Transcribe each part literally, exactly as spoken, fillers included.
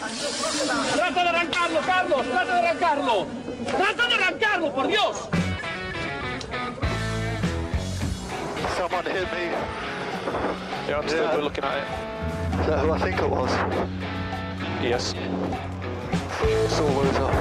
¡Trata de arrancarlo, Carlos! ¡Trata de arrancarlo! ¡Trata de arrancarlo, por Dios! Someone hit me. Yeah, I'm still Yeah. we're looking at it. Is that who I think it was? Yes. It's all over.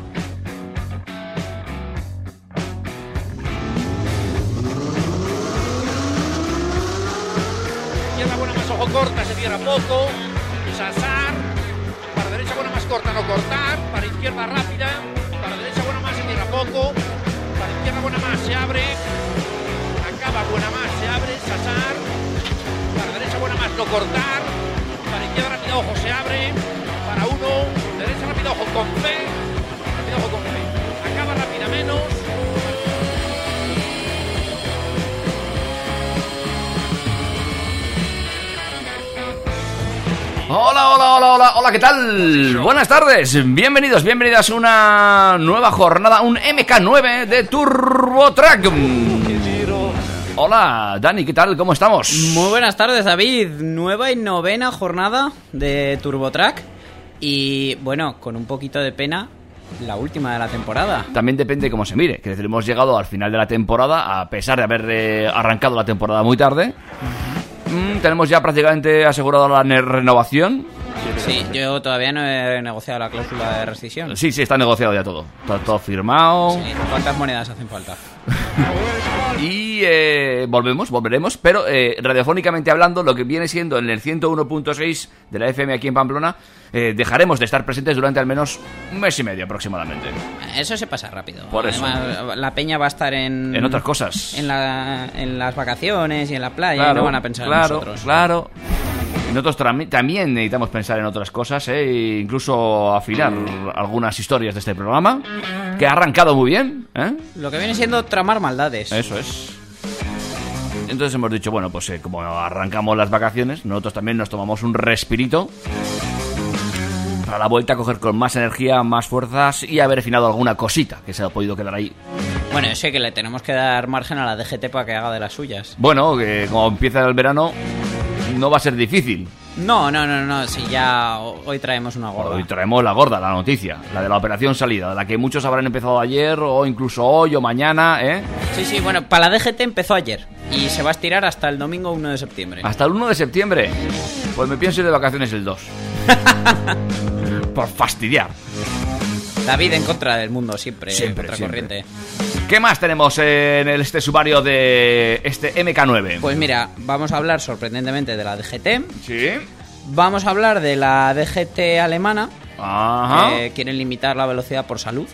Izquierda buena más ojo corta, se cierra poco. Sasar. Para derecha buena más corta, no cortar. Para izquierda rápida. Para derecha buena más, se cierra poco. Para izquierda buena más, se abre. Acaba buena más, se abre. Sasar. Para derecha buena más, no cortar. Para izquierda rápida, ojo, se abre. Para uno. Derecha rápida, ojo, con fe. Rápida, ojo, con fe. Acaba rápida menos. Hola, hola, hola, hola, hola, ¿qué tal? Buenas tardes, bienvenidos, bienvenidas a una nueva jornada, un M K nueve de Turbo Track. Hola, Dani, ¿qué tal? ¿Cómo estamos? Muy buenas tardes, David. Nueva y novena jornada de Turbo Track. Y bueno, con un poquito de pena, la última de la temporada. También depende cómo se mire, que es decir, hemos llegado al final de la temporada, a pesar de haber eh, arrancado la temporada muy tarde. Mm, tenemos ya prácticamente asegurado la ne- renovación. Sí, yo todavía no he negociado la cláusula de rescisión. Sí, sí, está negociado ya todo. Está todo firmado. Sí, ¿cuántas monedas hacen falta? Y eh, volvemos, volveremos, pero eh, radiofónicamente hablando, lo que viene siendo en el ciento uno punto seis de la F M aquí en Pamplona, eh, dejaremos de estar presentes durante al menos un mes y medio aproximadamente. Eso se pasa rápido. Por eso. Además, la peña va a estar en... En otras cosas. En, la, en las vacaciones y en la playa, Claro, y no van a pensar claro, en nosotros. Claro, nosotros tra- también necesitamos pensar en otras cosas, ¿eh? E incluso afinar algunas historias de este programa, que ha arrancado muy bien, ¿eh? Lo que viene siendo tramar maldades. Eso es. Entonces hemos dicho, bueno, pues eh, como arrancamos las vacaciones, nosotros también nos tomamos un respirito para la vuelta a coger con más energía, más fuerzas y haber afinado alguna cosita que se ha podido quedar ahí. Bueno, yo sé que le tenemos que dar margen a la D G T para que haga de las suyas. Bueno, que como empieza el verano, no va a ser difícil. No, no, no, no, si ya hoy traemos una gorda. Hoy traemos la gorda, la noticia, la de la operación salida, de la que muchos habrán empezado ayer o incluso hoy o mañana, ¿eh? Sí, sí, bueno, para la D G T empezó ayer y se va a estirar hasta el domingo uno de septiembre. Hasta el uno de septiembre. Pues me pienso ir de vacaciones el dos. Por fastidiar. David en contra del mundo, siempre, Siempre, contracorriente. siempre. ¿Qué más tenemos en el, este sumario de este M K nueve? Pues mira, vamos a hablar sorprendentemente de la D G T. Sí. Vamos a hablar de la D G T alemana. Ajá. Que quieren limitar la velocidad por salud.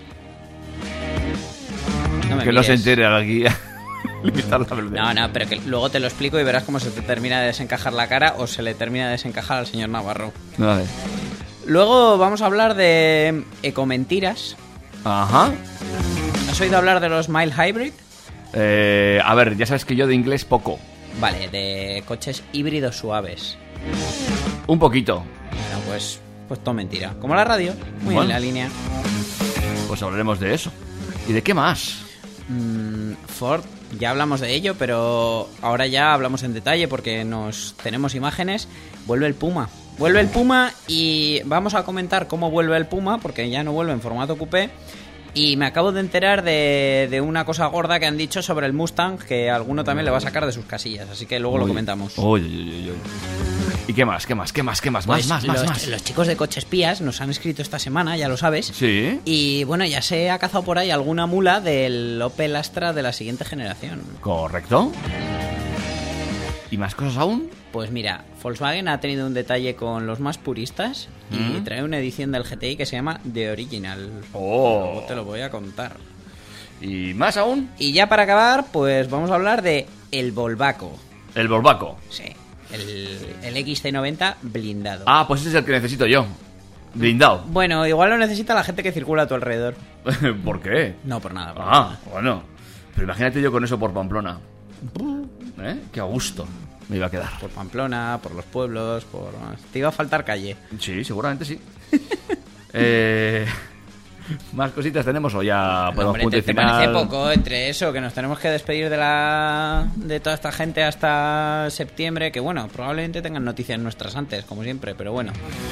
No me Que no se mires. entere a la guía. Limitar la velocidad. No, no, pero que luego te lo explico y verás cómo se te termina de desencajar la cara o se le termina de desencajar al señor Navarro. Vale. Luego vamos a hablar de ecomentiras. Ajá. ¿Has oído hablar de los mild hybrid? Eh, a ver, ya sabes que yo de inglés poco. Vale, de coches híbridos suaves. Un poquito. Bueno, pues, pues todo mentira. Como la radio, muy Bueno. en la línea. Pues hablaremos de eso. ¿Y de qué más? Mm, Ford, ya hablamos de ello, pero ahora ya hablamos en detalle porque nos tenemos imágenes. Vuelve el Puma. Vuelve el Puma y vamos a comentar cómo vuelve el Puma, porque ya no vuelve en formato coupé. Y me acabo de enterar de, de una cosa gorda que han dicho sobre el Mustang, que alguno también le va a sacar de sus casillas, así que luego lo Uy. comentamos. Uy, uy, uy, uy. ¿Y qué más? ¿Qué más? ¿Qué más? ¿Qué más? Pues más, más, los, más, más. los chicos de Coches Pías nos han escrito esta semana, ya lo sabes. Sí. Y bueno, ya se ha cazado por ahí alguna mula del Opel Astra de la siguiente generación. Correcto. ¿Y más cosas aún? Pues mira, Volkswagen ha tenido un detalle con los más puristas y ¿Mm? trae una edición del G T I que se llama The Original. Oh. Luego te lo voy a contar. ¿Y más aún? Y ya para acabar, pues vamos a hablar de el Volvaco. El Volvaco. Sí, el, el X C noventa blindado. Ah, pues ese es el que necesito yo. Blindado. Bueno, igual lo necesita la gente que circula a tu alrededor. ¿Por qué? No, por nada. Por Ah, nada. bueno. Pero imagínate yo con eso por Pamplona. ¿Eh? Qué a gusto me iba a quedar. Por Pamplona, por los pueblos, por... Te iba a faltar calle. Sí, seguramente sí. eh... ¿Más cositas tenemos o ya No, podemos hombre, punto te, y te final? parece poco entre eso, que nos tenemos que despedir de la de toda esta gente hasta septiembre, que bueno, probablemente tengan noticias nuestras antes, como siempre, pero bueno.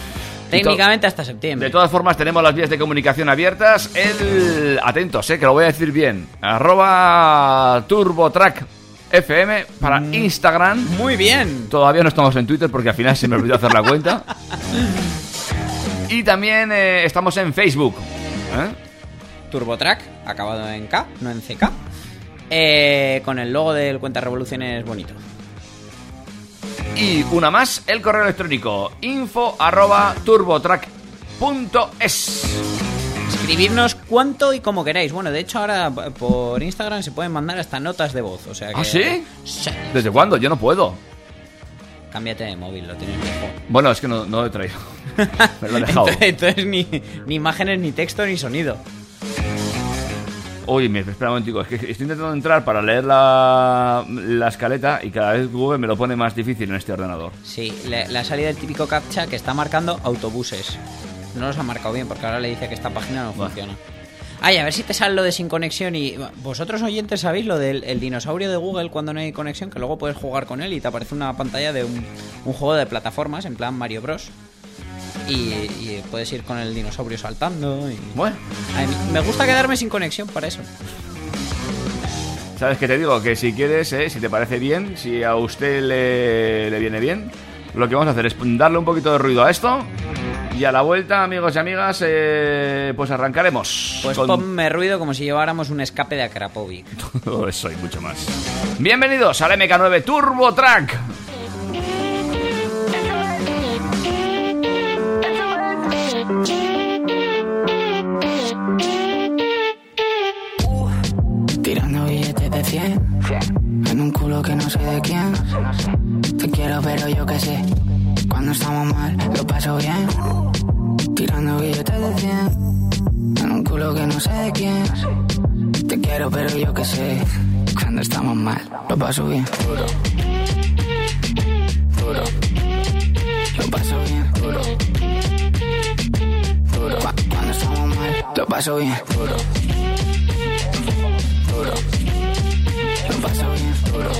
Técnicamente hasta septiembre. De todas formas, tenemos las vías de comunicación abiertas. El... Atentos, eh, que lo voy a decir bien. Arroba TurboTrack F M para mm. Instagram. Muy bien. Todavía no estamos en Twitter porque al final se me olvidó hacer la cuenta. Y también eh, estamos en Facebook. ¿Eh? TurboTrack, acabado en K, no en C K. Eh, con el logo del Cuenta Revoluciones bonito. Y una más, el correo electrónico info arroba turbotrack punto es. Escribirnos cuánto y como queráis. Bueno, de hecho ahora por Instagram se pueden mandar hasta notas de voz, o sea que... ¿Ah, sí? Sí. ¿Desde cuándo? Yo no puedo. Cámbiate de móvil, lo tienes mejor. Bueno, es que no, no lo he traído. Me lo he dejado. Entonces, entonces ni, ni imágenes, ni texto, ni sonido. Uy, me espera un momentico, es que estoy intentando entrar para leer la, la escaleta y cada vez Google me lo pone más difícil en este ordenador. Sí, le, le ha salido el típico captcha que está marcando autobuses. No los ha marcado bien porque ahora le dice que esta página no Buah. funciona. Ay, a ver si te sale lo de sin conexión. Y vosotros oyentes sabéis lo del el dinosaurio de Google cuando no hay conexión, que luego puedes jugar con él y te aparece una pantalla de un, un juego de plataformas en plan Mario Bros. Y, y puedes ir con el dinosaurio saltando y... Bueno, a mí me gusta quedarme sin conexión para eso. ¿sabes qué te digo? Que si quieres, eh, si te parece bien, si a usted le, le viene bien, lo que vamos a hacer es darle un poquito de ruido a esto. Y a la vuelta, amigos y amigas, eh, pues arrancaremos. Pues con... ponme ruido como si lleváramos un escape de Akrapovic. Todo eso y mucho más. Bienvenidos al M K nueve Turbo Track. Tirando billetes de cien en un culo que no sé de quién. Te quiero pero yo qué sé. Cuando estamos mal lo paso bien. Tirando billetes de cien en un culo que no sé de quién. Te quiero pero yo qué sé. Cuando estamos mal lo paso bien. Duro, duro, lo paso bien. Duro, duro, cuando estamos mal lo paso bien. Duro, duro, lo paso bien. Duro,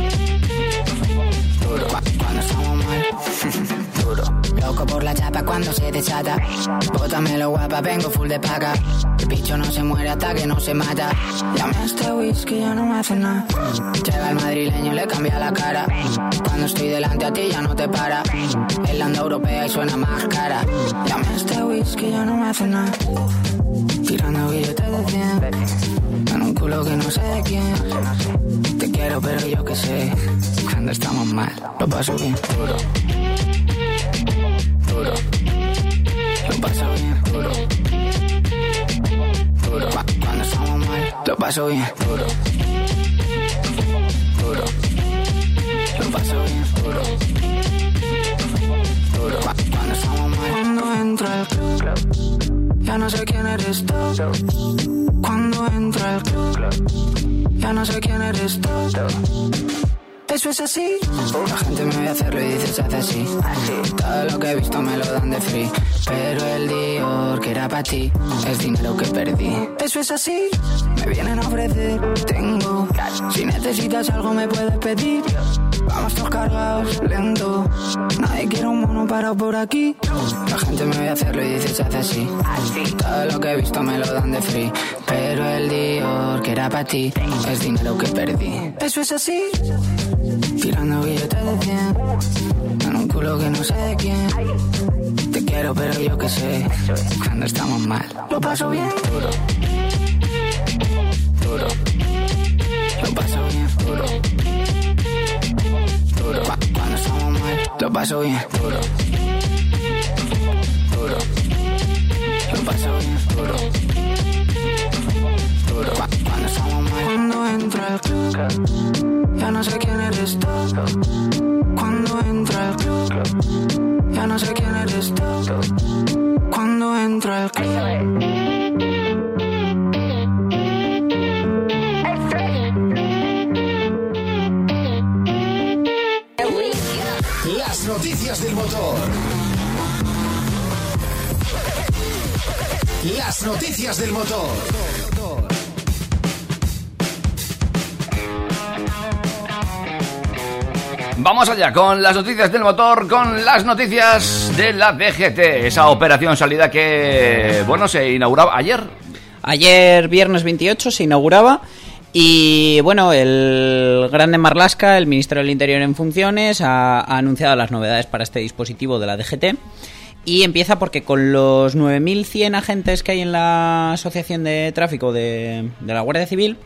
duro, cuando estamos mal. Duro, loco por la chapa cuando se desata. Bótamelo guapa, vengo full de paga. El bicho no se muere hasta que no se mata. Llame a este whisky, ya no me hace nada. Llega el madrileño, le cambia la cara. Cuando estoy delante a ti ya no te para. El anda europea y suena más cara. Llame a este whisky, ya no me hace nada. Tirando billetes de cien en un culo que no sé de quién. Te quiero pero yo qué sé. Cuando estamos mal lo paso bien. Duro, duro, lo paso bien. Duro, duro, cuando estamos mal lo paso bien. Duro, duro, lo paso bien. Duro, duro, cuando estamos mal. Cuando entro al club ya no sé quién eres tú. Cuando entro al club ya no sé quién eres tú. Eso es así. La gente me ve hacerlo y dice se hace así. Todo lo que he visto me lo dan de free. Pero el Dior que era para ti es dinero que perdí. Eso es así. Me vienen a ofrecer. Tengo. Si necesitas algo me puedes pedir. Vamos todos cargados, lento. Nadie quiere un mono parado por aquí. La gente me ve hacerlo y dice se hace así. Todo lo que he visto me lo dan de free. Pero el Dior que era para ti es dinero que perdí. Eso es así. Tirando billetes de cien en un culo que no sé de quién. Te quiero pero yo qué sé. Cuando estamos mal lo paso bien. Duro, duro, lo paso bien. Duro, duro, cuando estamos mal lo paso bien. Duro, duro, lo paso bien. Duro, duro, cuando estamos mal. Cuando entro al club ya no sé quién eres tú. Cuando entro al club ya no sé quién eres tú. Cuando entro al club. Las noticias del motor. Las noticias del motor. Vamos allá con las noticias del motor, con las noticias de la D G T, esa operación salida que, bueno, se inauguraba ayer. Ayer, viernes veintiocho, se inauguraba. Y bueno, el grande Marlaska, el ministro del Interior en funciones, ha, ha anunciado las novedades para este dispositivo de la D G T. Y empieza porque con los nueve mil cien agentes que hay en la Asociación de Tráfico de, de la Guardia Civil,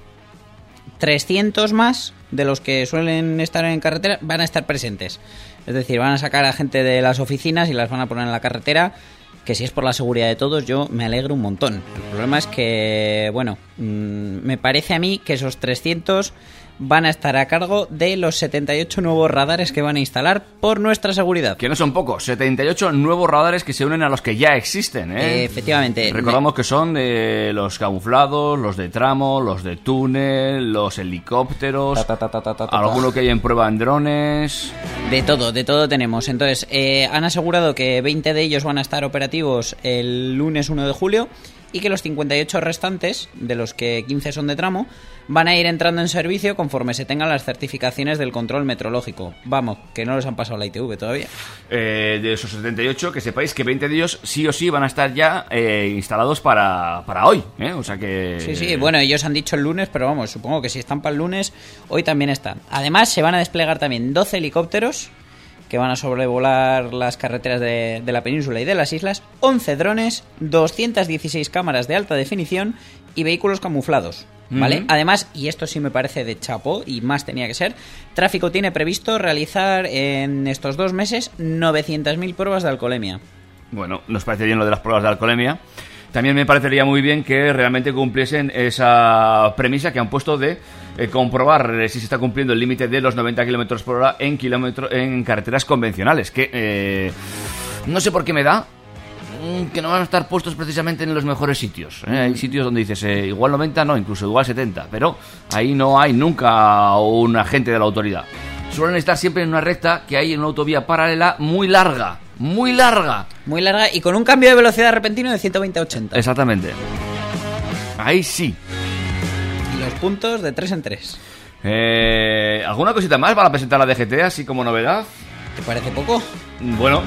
trescientos más de los que suelen estar en carretera van a estar presentes. Es decir, van a sacar a gente de las oficinas y las van a poner en la carretera, que si es por la seguridad de todos, yo me alegro un montón. El problema es que, bueno, mmm, me parece a mí que esos trescientos van a estar a cargo de los setenta y ocho nuevos radares que van a instalar por nuestra seguridad. Que no son pocos, setenta y ocho nuevos radares que se unen a los que ya existen, ¿eh? Eh, efectivamente. Recordamos que son de los camuflados, los de tramo, los de túnel, los helicópteros, Ta, ta, ta, ta, ta, ta, alguno que hay en prueba en drones. De todo, de todo tenemos. Entonces, eh, han asegurado que veinte de ellos van a estar operativos el lunes uno de julio y que los cincuenta y ocho restantes, de los que quince son de tramo, van a ir entrando en servicio conforme se tengan las certificaciones del control metrológico. Vamos, que no les han pasado la I T V todavía. Eh, de esos setenta y ocho, que sepáis que veinte de ellos sí o sí van a estar ya eh, instalados para, para hoy, ¿eh? O sea que... Sí, sí, bueno, ellos han dicho el lunes, pero vamos, supongo que si están para el lunes, hoy también están. Además, se van a desplegar también doce helicópteros que van a sobrevolar las carreteras de, de la península y de las islas, once drones, doscientas dieciséis cámaras de alta definición y vehículos camuflados, ¿vale? Uh-huh. Además, y esto sí me parece de chapo, y más tenía que ser, Tráfico tiene previsto realizar en estos dos meses novecientas mil pruebas de alcoholemia. Bueno, nos parece bien lo de las pruebas de alcoholemia. También me parecería muy bien que realmente cumpliesen esa premisa que han puesto de eh, comprobar eh, si se está cumpliendo el límite de los noventa kilómetros por hora en, kilómetro, en carreteras convencionales. Que eh, no sé por qué me da que no van a estar puestos precisamente en los mejores sitios, ¿eh? Hay sitios donde dices eh, igual noventa, no, incluso igual setenta, pero ahí no hay nunca un agente de la autoridad. Suelen estar siempre en una recta que hay en una autovía paralela muy larga. Muy larga. Muy larga y con un cambio de velocidad repentino de ciento veinte a ochenta. Exactamente. Ahí sí. Y los puntos de tres en tres. Eh, ¿Alguna cosita más para presentar la D G T así como novedad? ¿Te parece poco? Bueno.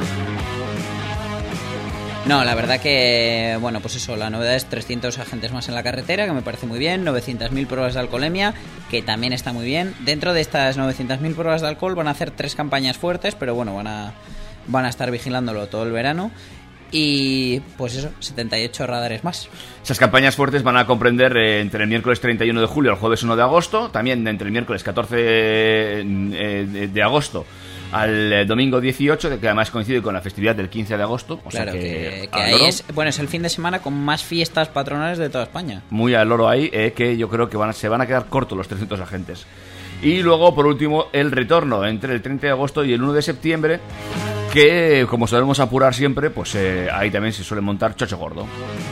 No, la verdad que, bueno, pues eso, la novedad es trescientos agentes más en la carretera, que me parece muy bien, novecientas mil pruebas de alcoholemia, que también está muy bien. Dentro de estas novecientas mil pruebas de alcohol van a hacer tres campañas fuertes, pero bueno, van a... van a estar vigilándolo todo el verano. Y pues eso, setenta y ocho radares más. Esas campañas fuertes van a comprender eh, entre el miércoles treinta y uno de julio al jueves uno de agosto. También entre el miércoles catorce de, de agosto al eh, domingo dieciocho, que además coincide con la festividad del quince de agosto. O claro, sea que, que, que ahí es, bueno, es el fin de semana con más fiestas patronales de toda España. Muy al loro ahí, eh, que yo creo que van a, se van a quedar cortos los trescientos agentes. Y luego, por último, el retorno entre el treinta de agosto y el uno de septiembre, que como solemos apurar siempre, pues eh, ahí también se suele montar chocho gordo.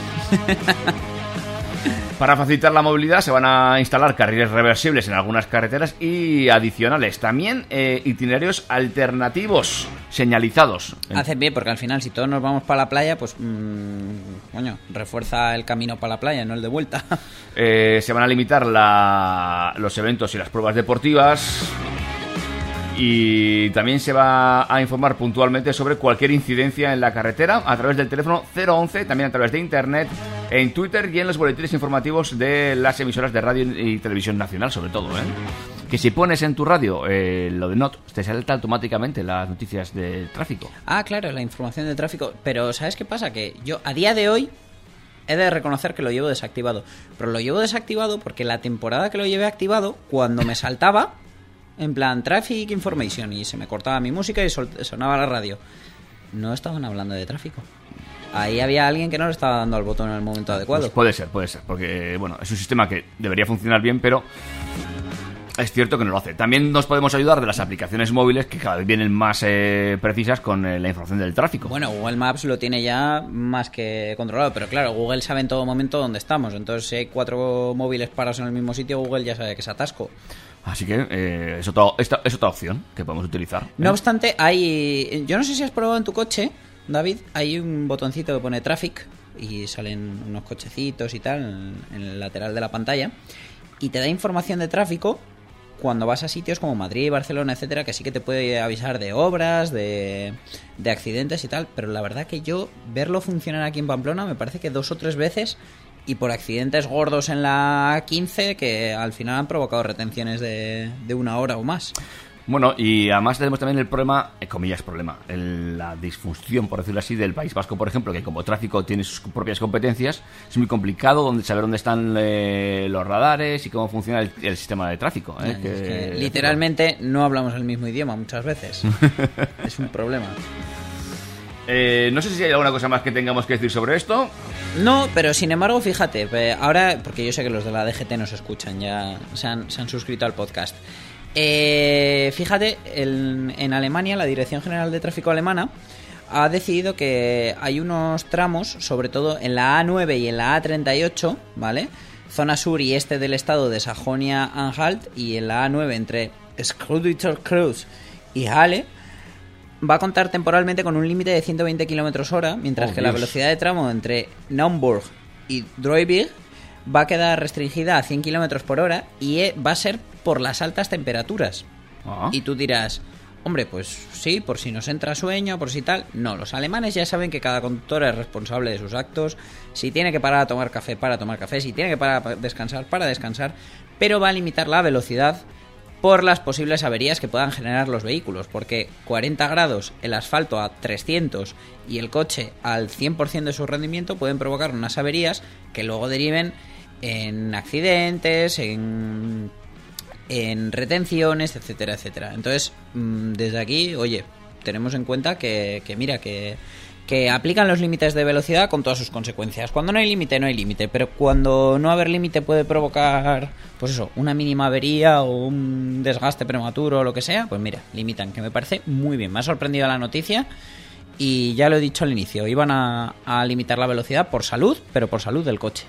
Para facilitar la movilidad se van a instalar carriles reversibles en algunas carreteras y adicionales. También eh, itinerarios alternativos señalizados. Hacen bien, porque al final si todos nos vamos para la playa, pues mmm, coño, refuerza el camino para la playa, no el de vuelta. Eh, se van a limitar la, los eventos y las pruebas deportivas. Y también se va a informar puntualmente sobre cualquier incidencia en la carretera a través del teléfono cero once, también a través de internet, en Twitter y en los boletines informativos de las emisoras de radio y televisión nacional, sobre todo, ¿eh? Que si pones en tu radio eh, lo de N O T, te salta automáticamente las noticias de tráfico. Ah, claro, la información de tráfico. Pero ¿sabes qué pasa? Que yo a día de hoy he de reconocer que lo llevo desactivado. Pero lo llevo desactivado porque la temporada que lo llevé activado, cuando me saltaba... en plan Traffic Information y se me cortaba mi música y sonaba la radio, no estaban hablando de tráfico. Ahí había alguien que no le estaba dando al botón en el momento adecuado. Pues puede ser, puede ser, porque bueno, es un sistema que debería funcionar bien, pero es cierto que no lo hace. También nos podemos ayudar de las aplicaciones móviles que cada vez vienen más eh, precisas con eh, la información del tráfico. Bueno, Google Maps lo tiene ya más que controlado, pero claro, Google sabe en todo momento dónde estamos. Entonces, si hay cuatro móviles parados en el mismo sitio, Google ya sabe que es atasco. Así que eh, es, otra, esta, es otra opción que podemos utilizar, ¿eh? No obstante, hay... yo no sé si has probado en tu coche, David, hay un botoncito que pone Traffic y salen unos cochecitos y tal en, en el lateral de la pantalla y te da información de tráfico cuando vas a sitios como Madrid, Barcelona, etcétera, que sí que te puede avisar de obras, de, de accidentes y tal, pero la verdad que yo verlo funcionar aquí en Pamplona me parece que dos o tres veces, y por accidentes gordos en la quince que al final han provocado retenciones de, de una hora o más. Bueno, y además tenemos también el problema, eh, comillas problema, el, la disfunción, por decirlo así, del País Vasco, por ejemplo, que como tráfico tiene sus propias competencias, es muy complicado donde saber dónde están eh, los radares y cómo funciona el, el sistema de tráfico. ¿eh? Es que, que literalmente no hablamos el mismo idioma muchas veces. Es un problema. Eh, no sé si hay alguna cosa más que tengamos que decir sobre esto. No, pero sin embargo, fíjate, ahora, porque yo sé que los de la D G T nos escuchan, ya se han, se han suscrito al podcast. Eh, fíjate, el, en Alemania, la Dirección General de Tráfico alemana ha decidido que hay unos tramos, sobre todo en la A nueve y en la A treinta y ocho, ¿vale? Zona sur y este del estado de Sajonia-Anhalt, y en la A nueve entre Schröder-Kreuz y Halle, va a contar temporalmente con un límite de ciento veinte kilómetros hora, mientras oh, que Dios. la velocidad de tramo entre Naumburg y Droibig va a quedar restringida a cien kilómetros por hora, y va a ser por las altas temperaturas. Ah. Y tú dirás, hombre, pues sí, por si nos entra sueño, por si tal. No, los alemanes ya saben que cada conductor es responsable de sus actos. Si tiene que parar a tomar café, para tomar café. Si tiene que parar a descansar, para descansar. Pero va a limitar la velocidad por las posibles averías que puedan generar los vehículos, porque cuarenta grados, el asfalto a trescientos y el coche al cien por ciento de su rendimiento pueden provocar unas averías que luego deriven en accidentes, en, en retenciones, etcétera, etcétera. Entonces, desde aquí, oye, tenemos en cuenta que, que mira, que, que aplican los límites de velocidad con todas sus consecuencias. Cuando no hay límite, no hay límite, pero cuando no haber límite puede provocar, pues eso, una mínima avería o un desgaste prematuro o lo que sea, pues mira, limitan, que me parece muy bien. Me ha sorprendido la noticia y ya lo he dicho al inicio, iban a, a limitar la velocidad por salud, pero por salud del coche.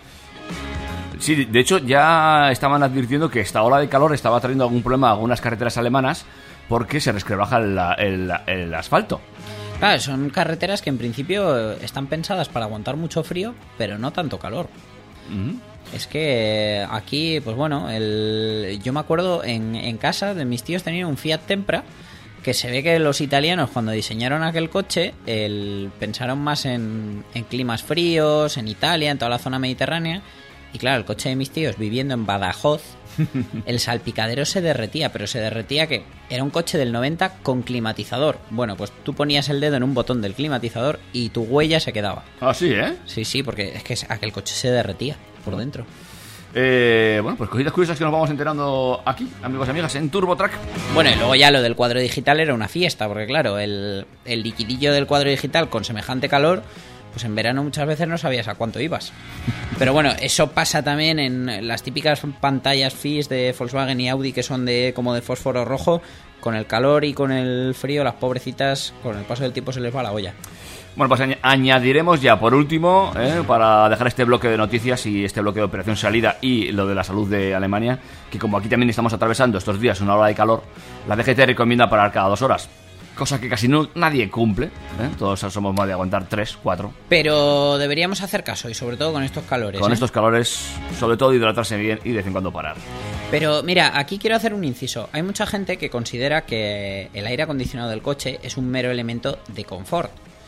Sí, de hecho ya estaban advirtiendo que esta ola de calor estaba trayendo algún problema a algunas carreteras alemanas porque se resquebraja el, el, el asfalto. Claro, son carreteras que en principio están pensadas para aguantar mucho frío, pero no tanto calor. Uh-huh. Es que aquí, pues bueno, el, yo me acuerdo en, en casa de mis tíos tenían un Fiat Tempra, que se ve que los italianos cuando diseñaron aquel coche el, pensaron más en, en climas fríos, en Italia, en toda la zona mediterránea. Y claro, el coche de mis tíos viviendo en Badajoz, el salpicadero se derretía, pero se derretía que era un coche del noventa con climatizador. Bueno, pues tú ponías el dedo en un botón del climatizador y tu huella se quedaba. Ah, sí, ¿eh? Sí, sí, porque es que aquel coche se derretía por dentro. Eh, bueno, pues cositas curiosas que nos vamos enterando aquí, amigos y amigas, en TurboTrack. Bueno, y luego ya lo del cuadro digital era una fiesta, porque claro, el, el liquidillo del cuadro digital con semejante calor, pues en verano muchas veces no sabías a cuánto ibas. Pero bueno, eso pasa también en las típicas pantallas F I S de Volkswagen y Audi que son de como de fósforo rojo. Con el calor y con el frío, las pobrecitas, con el paso del tiempo se les va la olla. Bueno, pues añ- añadiremos ya por último, ¿eh? para dejar este bloque de noticias y este bloque de operación salida y lo de la salud de Alemania, que como aquí también estamos atravesando estos días una ola de calor, la D G T recomienda parar cada dos horas. Cosa que casi no, nadie cumple, ¿eh? Todos somos más de aguantar tres, cuatro. Pero deberíamos hacer caso, y sobre todo con estos calores. Con ¿eh? estos calores, sobre todo hidratarse bien y de vez en cuando parar. Pero mira, aquí quiero hacer un inciso. Hay mucha gente que considera que el aire acondicionado del coche es un mero elemento de confort.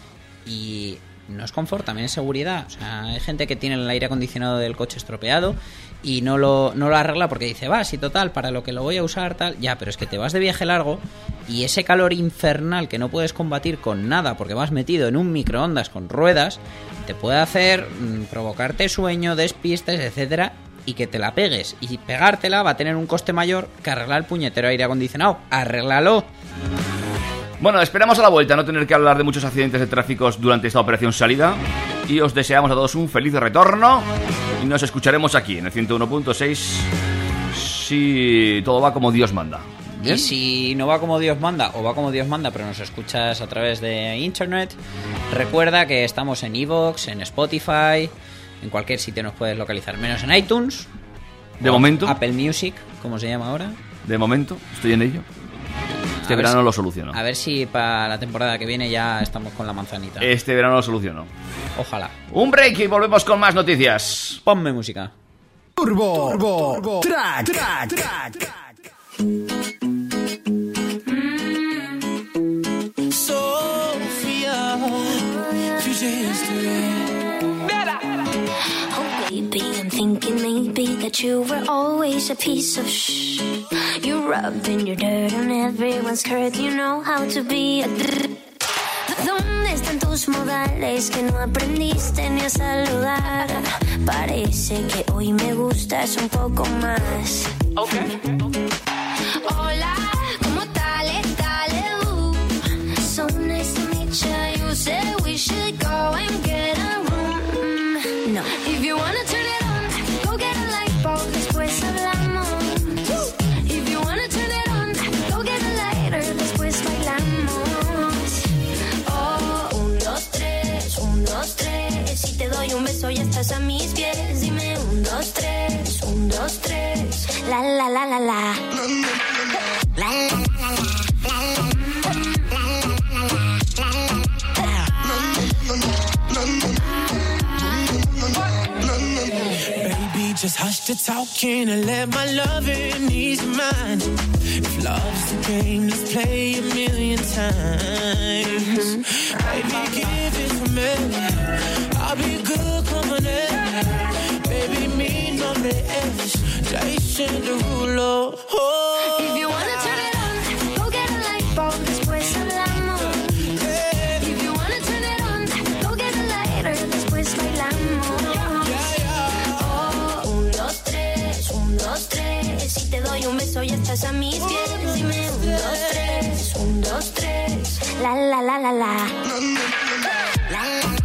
Y no es confort, también es seguridad. O sea, hay gente que tiene el aire acondicionado del coche estropeado y no lo, no lo arregla porque dice, va, si total, para lo que lo voy a usar, tal. Ya, pero es que te vas de viaje largo y ese calor infernal que no puedes combatir con nada porque vas metido en un microondas con ruedas, te puede hacer mmm, provocarte sueño, despistes, etcétera, y que te la pegues. Y pegártela va a tener un coste mayor que arreglar el puñetero aire acondicionado. ¡Arréglalo! Bueno, esperamos a la vuelta no tener que hablar de muchos accidentes de tráfico durante esta operación salida. Y os deseamos a todos un feliz retorno. Y nos escucharemos aquí en el ciento uno punto seis si todo va como Dios manda. ¿Bien? Y si no va como Dios manda, o va como Dios manda, pero nos escuchas a través de internet, recuerda que estamos en iVoox, en Spotify, en cualquier sitio nos puedes localizar, menos en iTunes. De momento. Apple Music, como se llama ahora. De momento, estoy en ello. Este A ver verano si- lo soluciono. A ver si para la temporada que viene ya estamos con la manzanita. Este verano lo soluciono. Ojalá. Un break y volvemos con más noticias. Ponme música. Turbo, Turbo, Track, Track, Track. Sophia, future history. Oh baby, I'm thinking maybe that you were always a piece of shh. You rubbing your dirt on everyone's skirt. You know how to be a drrr. ¿Dónde están tus modales que no aprendiste ni a saludar? Parece que hoy me gustas un poco más. Okay. Hola, ¿cómo tal? Dale, uh. So nice to meet you. You said we should go and get a room. No. If you wanna turn it on, go get a light bulb. Después hablamos. If you wanna turn it on, go get a lighter. Después bailamos. Oh, un, dos, tres, un, dos, tres. Si te doy un beso ya estás a mis pies. Dime un, dos, tres, un, dos, tres. La la la la la. La la la Baby, just hush the talking and let my loving ease your mind. If love's the game, let's play a million times. Baby, give it to me. I'll be good company. Baby, mi nombre es Jason Derulo. Oh. If you wanna turn it on, go get a light bulb. Después hablamos. Yeah. If you wanna turn it on, go get a lighter. Después bailamos. Yeah, yeah. Oh, un, dos, tres, un, dos, tres. Si te doy un beso ya estás a mis pies. Dime un, dos, tres, un, dos, tres. La la la la la. La la la la.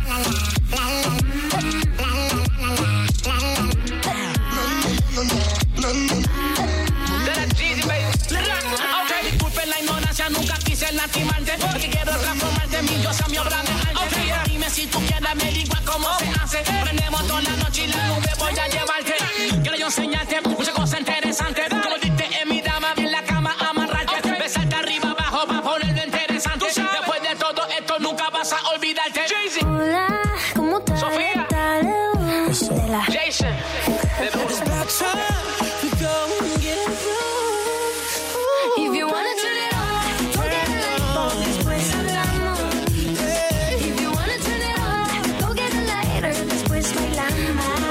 Nunca quise lastimarte, porque quiero transformarte en mi diosa, mi obra de arte. Okay. Dime si tú quieres, me digo cómo se hace. Prendemos toda la noche y la nube voy a llevarte. Quiero yo enseñarte muchas cosas interesantes. Como diste en mi dama, en la cama amarrarte. Okay. Besarte arriba, abajo, para ponerlo interesante. Después de todo esto nunca vas a olvidarte. Jay-Z. Hola, ¿cómo estás? Sofía. Jason. It's about time we go and get a room. If you wanna turn it on, go get a light bulb. Después hablamos. If you wanna turn it on, go get a lighter. Después bailamos.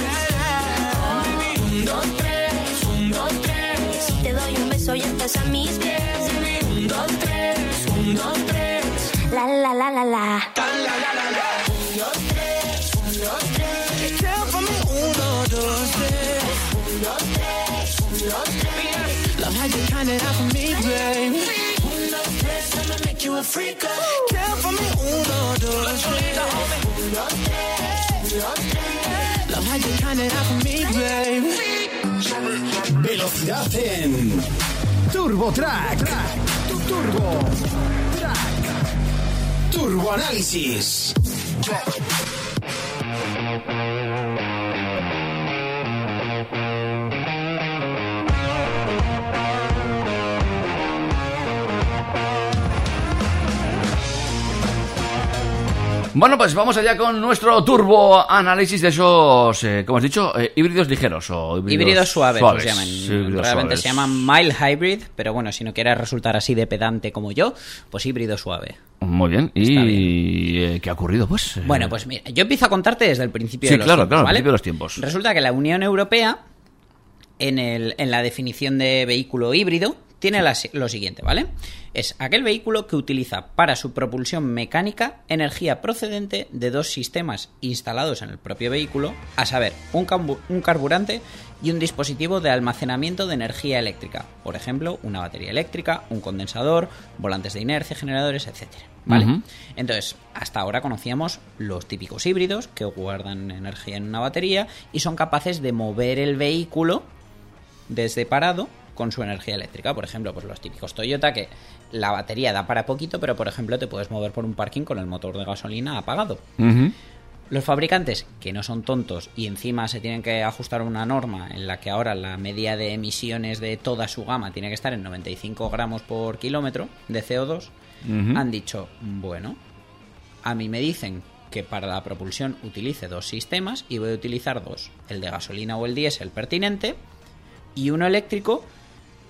Un, dos, tres, un, dos, tres. Si te doy un beso ya estás a mis pies. Un, dos, tres, un, dos, tres. La la la la la. Un, dos, tres, un, dos, tres. Count for me. Uno, dos, tres. Un, dos, tres, un, dos, tres. Love how you count it out for me, babe. Un, dos, tres, I'ma make you a freak. Count for me. Uno, dos, tres. Un, dos, tres, un, dos, tres. Love how you count it out for me, babe. Velocidad en Turbo Track. Turbo Track. Turbo Análisis. Bueno, pues vamos allá con nuestro turbo análisis de esos, eh, como has dicho, eh, híbridos ligeros o híbridos, híbridos suaves, suaves. Los llaman. Sí, realmente suaves. se llaman mild hybrid, pero bueno, si no quieres resultar así de pedante como yo, pues híbrido suave. Muy bien. ¿Y eh, qué ha ocurrido, pues? Bueno, pues mira, yo empiezo a contarte desde el principio Sí, de los claro, tiempos, claro, al ¿vale? principio de los tiempos. Resulta que la Unión Europea, en, el, en la definición de vehículo híbrido, tiene la, lo siguiente, ¿vale? Es aquel vehículo que utiliza para su propulsión mecánica energía procedente de dos sistemas instalados en el propio vehículo, a saber, un, cambu- un carburante y un dispositivo de almacenamiento de energía eléctrica. Por ejemplo, una batería eléctrica, un condensador, volantes de inercia, generadores, etcétera. ¿Vale? Uh-huh. Entonces, hasta ahora conocíamos los típicos híbridos que guardan energía en una batería y son capaces de mover el vehículo desde parado con su energía eléctrica. Por ejemplo, pues los típicos Toyota, que la batería da para poquito, pero por ejemplo te puedes mover por un parking con el motor de gasolina apagado. Uh-huh. Los fabricantes, que no son tontos y encima se tienen que ajustar a una norma en la que ahora la media de emisiones de toda su gama tiene que estar en noventa y cinco gramos por kilómetro de C O dos, uh-huh. han dicho, bueno, a mí me dicen que para la propulsión utilice dos sistemas y voy a utilizar dos, el de gasolina o el diésel pertinente y uno eléctrico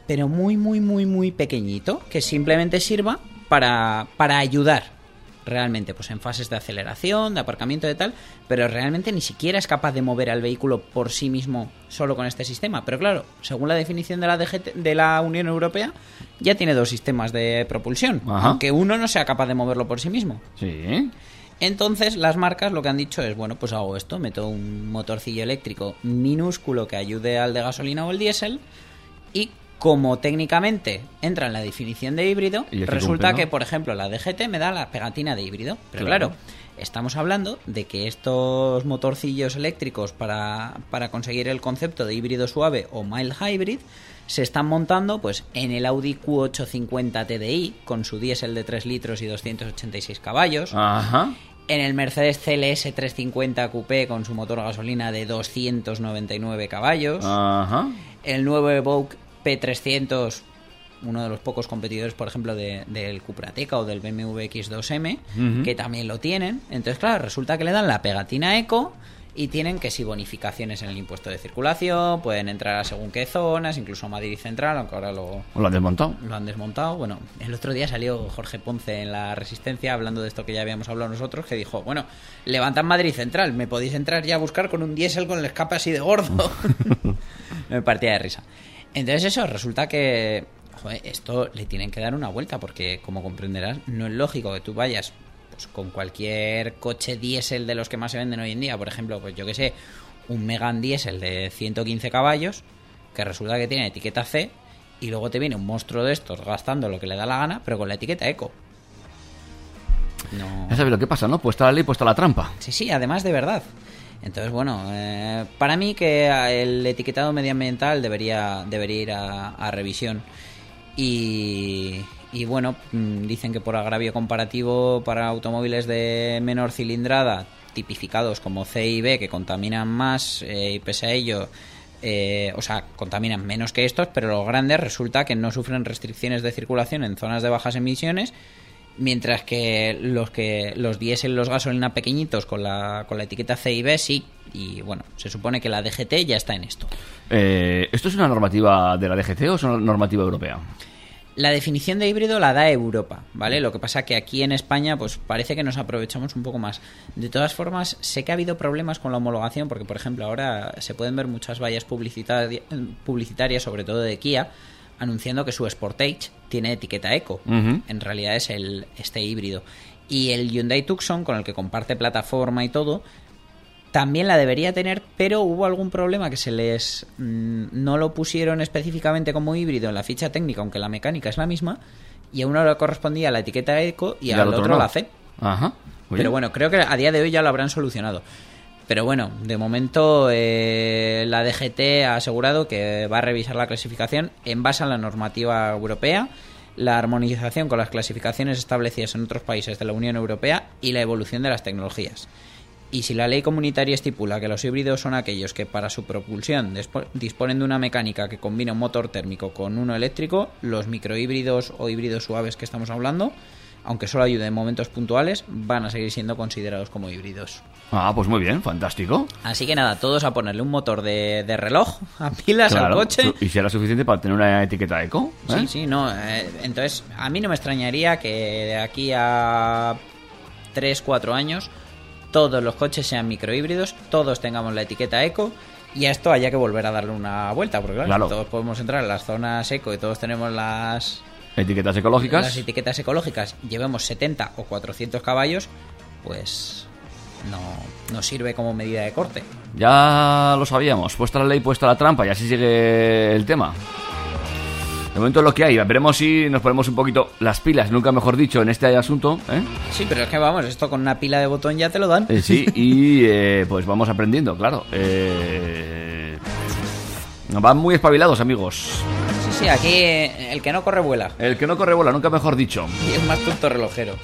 pero muy, muy, muy, muy pequeñito, que simplemente sirva para, para ayudar realmente, pues en fases de aceleración, de aparcamiento de tal, pero realmente ni siquiera es capaz de mover al vehículo por sí mismo solo con este sistema. Pero claro, según la definición de la D G T, de la Unión Europea, ya tiene dos sistemas de propulsión, Ajá. aunque uno no sea capaz de moverlo por sí mismo. Sí. Entonces las marcas lo que han dicho es, bueno, pues hago esto, meto un motorcillo eléctrico minúsculo que ayude al de gasolina o el diésel, y como técnicamente entra en la definición de híbrido, Y resulta cumple, ¿no? que, por ejemplo, la D G T me da la pegatina de híbrido. Pero Claro. claro, estamos hablando de que estos motorcillos eléctricos para, para conseguir el concepto de híbrido suave o mild hybrid se están montando pues en el Audi Q ochocientos cincuenta T D I con su diésel de tres litros y doscientos ochenta y seis caballos. Ajá. En el Mercedes C L S trescientos cincuenta Coupé con su motor a gasolina de doscientos noventa y nueve caballos. Ajá. El nuevo Evoque P trescientos, uno de los pocos competidores, por ejemplo, de, del Cupra Ateca o del B M W X dos M, Ujú. que también lo tienen. Entonces, claro, resulta que le dan la pegatina eco y tienen que si bonificaciones en el impuesto de circulación, pueden entrar a según qué zonas, incluso a Madrid Central, aunque ahora lo, ¿Lo han desmontado? lo han desmontado. Bueno, el otro día salió Jorge Ponce en La Resistencia hablando de esto que ya habíamos hablado nosotros, que dijo, bueno, levantan Madrid Central, me podéis entrar ya a buscar con un diésel con el escape así de gordo. Me partía de risa. Entonces eso, resulta que joder, esto le tienen que dar una vuelta, porque como comprenderás, no es lógico que tú vayas pues con cualquier coche diésel de los que más se venden hoy en día, por ejemplo, pues yo que sé, un Megane diésel de ciento quince caballos, que resulta que tiene etiqueta C, y luego te viene un monstruo de estos gastando lo que le da la gana, pero con la etiqueta eco. No. Ya sabes lo que pasa, ¿no? Pues está la ley, pues está la trampa. Sí, sí, además de verdad. Entonces, bueno, eh, para mí que el etiquetado medioambiental debería, debería ir a, a revisión. Y, y bueno, mm, dicen que por agravio comparativo para automóviles de menor cilindrada, tipificados como C y B, que contaminan más, eh, y pese a ello, eh, o sea, contaminan menos que estos, pero los grandes resulta que no sufren restricciones de circulación en zonas de bajas emisiones, mientras que los que los diésel, los gasolina pequeñitos con la, con la etiqueta C y B sí. Y bueno, se supone que la D G T ya está en esto. Eh, ¿Esto es una normativa de la D G T o es una normativa europea? La definición de híbrido la da Europa, ¿vale? Lo que pasa que aquí en España pues parece que nos aprovechamos un poco más. De todas formas, sé que ha habido problemas con la homologación porque, por ejemplo, ahora se pueden ver muchas vallas publicitari- publicitarias, sobre todo de Kia, anunciando que su Sportage tiene etiqueta eco. Uh-huh. En realidad es el este híbrido. Y el Hyundai Tucson, con el que comparte plataforma y todo, también la debería tener, pero hubo algún problema que se les mmm, no lo pusieron específicamente como híbrido en la ficha técnica, aunque la mecánica es la misma, y a uno le correspondía la etiqueta eco y, y al, al otro, otro no. la C. Ajá. Pero bueno, creo que a día de hoy ya lo habrán solucionado. Pero bueno, de momento eh, la D G T ha asegurado que va a revisar la clasificación en base a la normativa europea, la armonización con las clasificaciones establecidas en otros países de la Unión Europea y la evolución de las tecnologías. Y si la ley comunitaria estipula que los híbridos son aquellos que para su propulsión disponen de una mecánica que combina un motor térmico con uno eléctrico, los microhíbridos o híbridos suaves que estamos hablando, aunque solo ayuden en momentos puntuales, van a seguir siendo considerados como híbridos. Ah, pues muy bien, fantástico. Así que nada, todos a ponerle un motor de, de reloj a pilas claro, al coche. ¿Y será suficiente para tener una etiqueta eco? ¿Eh? Sí, sí, no. Eh, entonces, a mí no me extrañaría que de aquí a tres, cuatro años todos los coches sean microhíbridos, todos tengamos la etiqueta eco, y a esto haya que volver a darle una vuelta, porque claro, claro. todos podemos entrar en las zonas eco y todos tenemos las etiquetas ecológicas. Las etiquetas ecológicas, llevemos setenta o cuatrocientos caballos, pues no, no sirve como medida de corte. Ya lo sabíamos, puesta la ley, puesta la trampa, y así sigue el tema. De momento es lo que hay, veremos si nos ponemos un poquito las pilas, nunca mejor dicho, en este asunto, ¿eh? Sí, pero es que vamos, esto con una pila de botón ya te lo dan. Eh, sí, y eh, pues vamos aprendiendo, claro. Eh, van muy espabilados, amigos. Sí, sí, aquí eh, el que no corre vuela. El que no corre vuela, nunca mejor dicho. Y es más tonto relojero.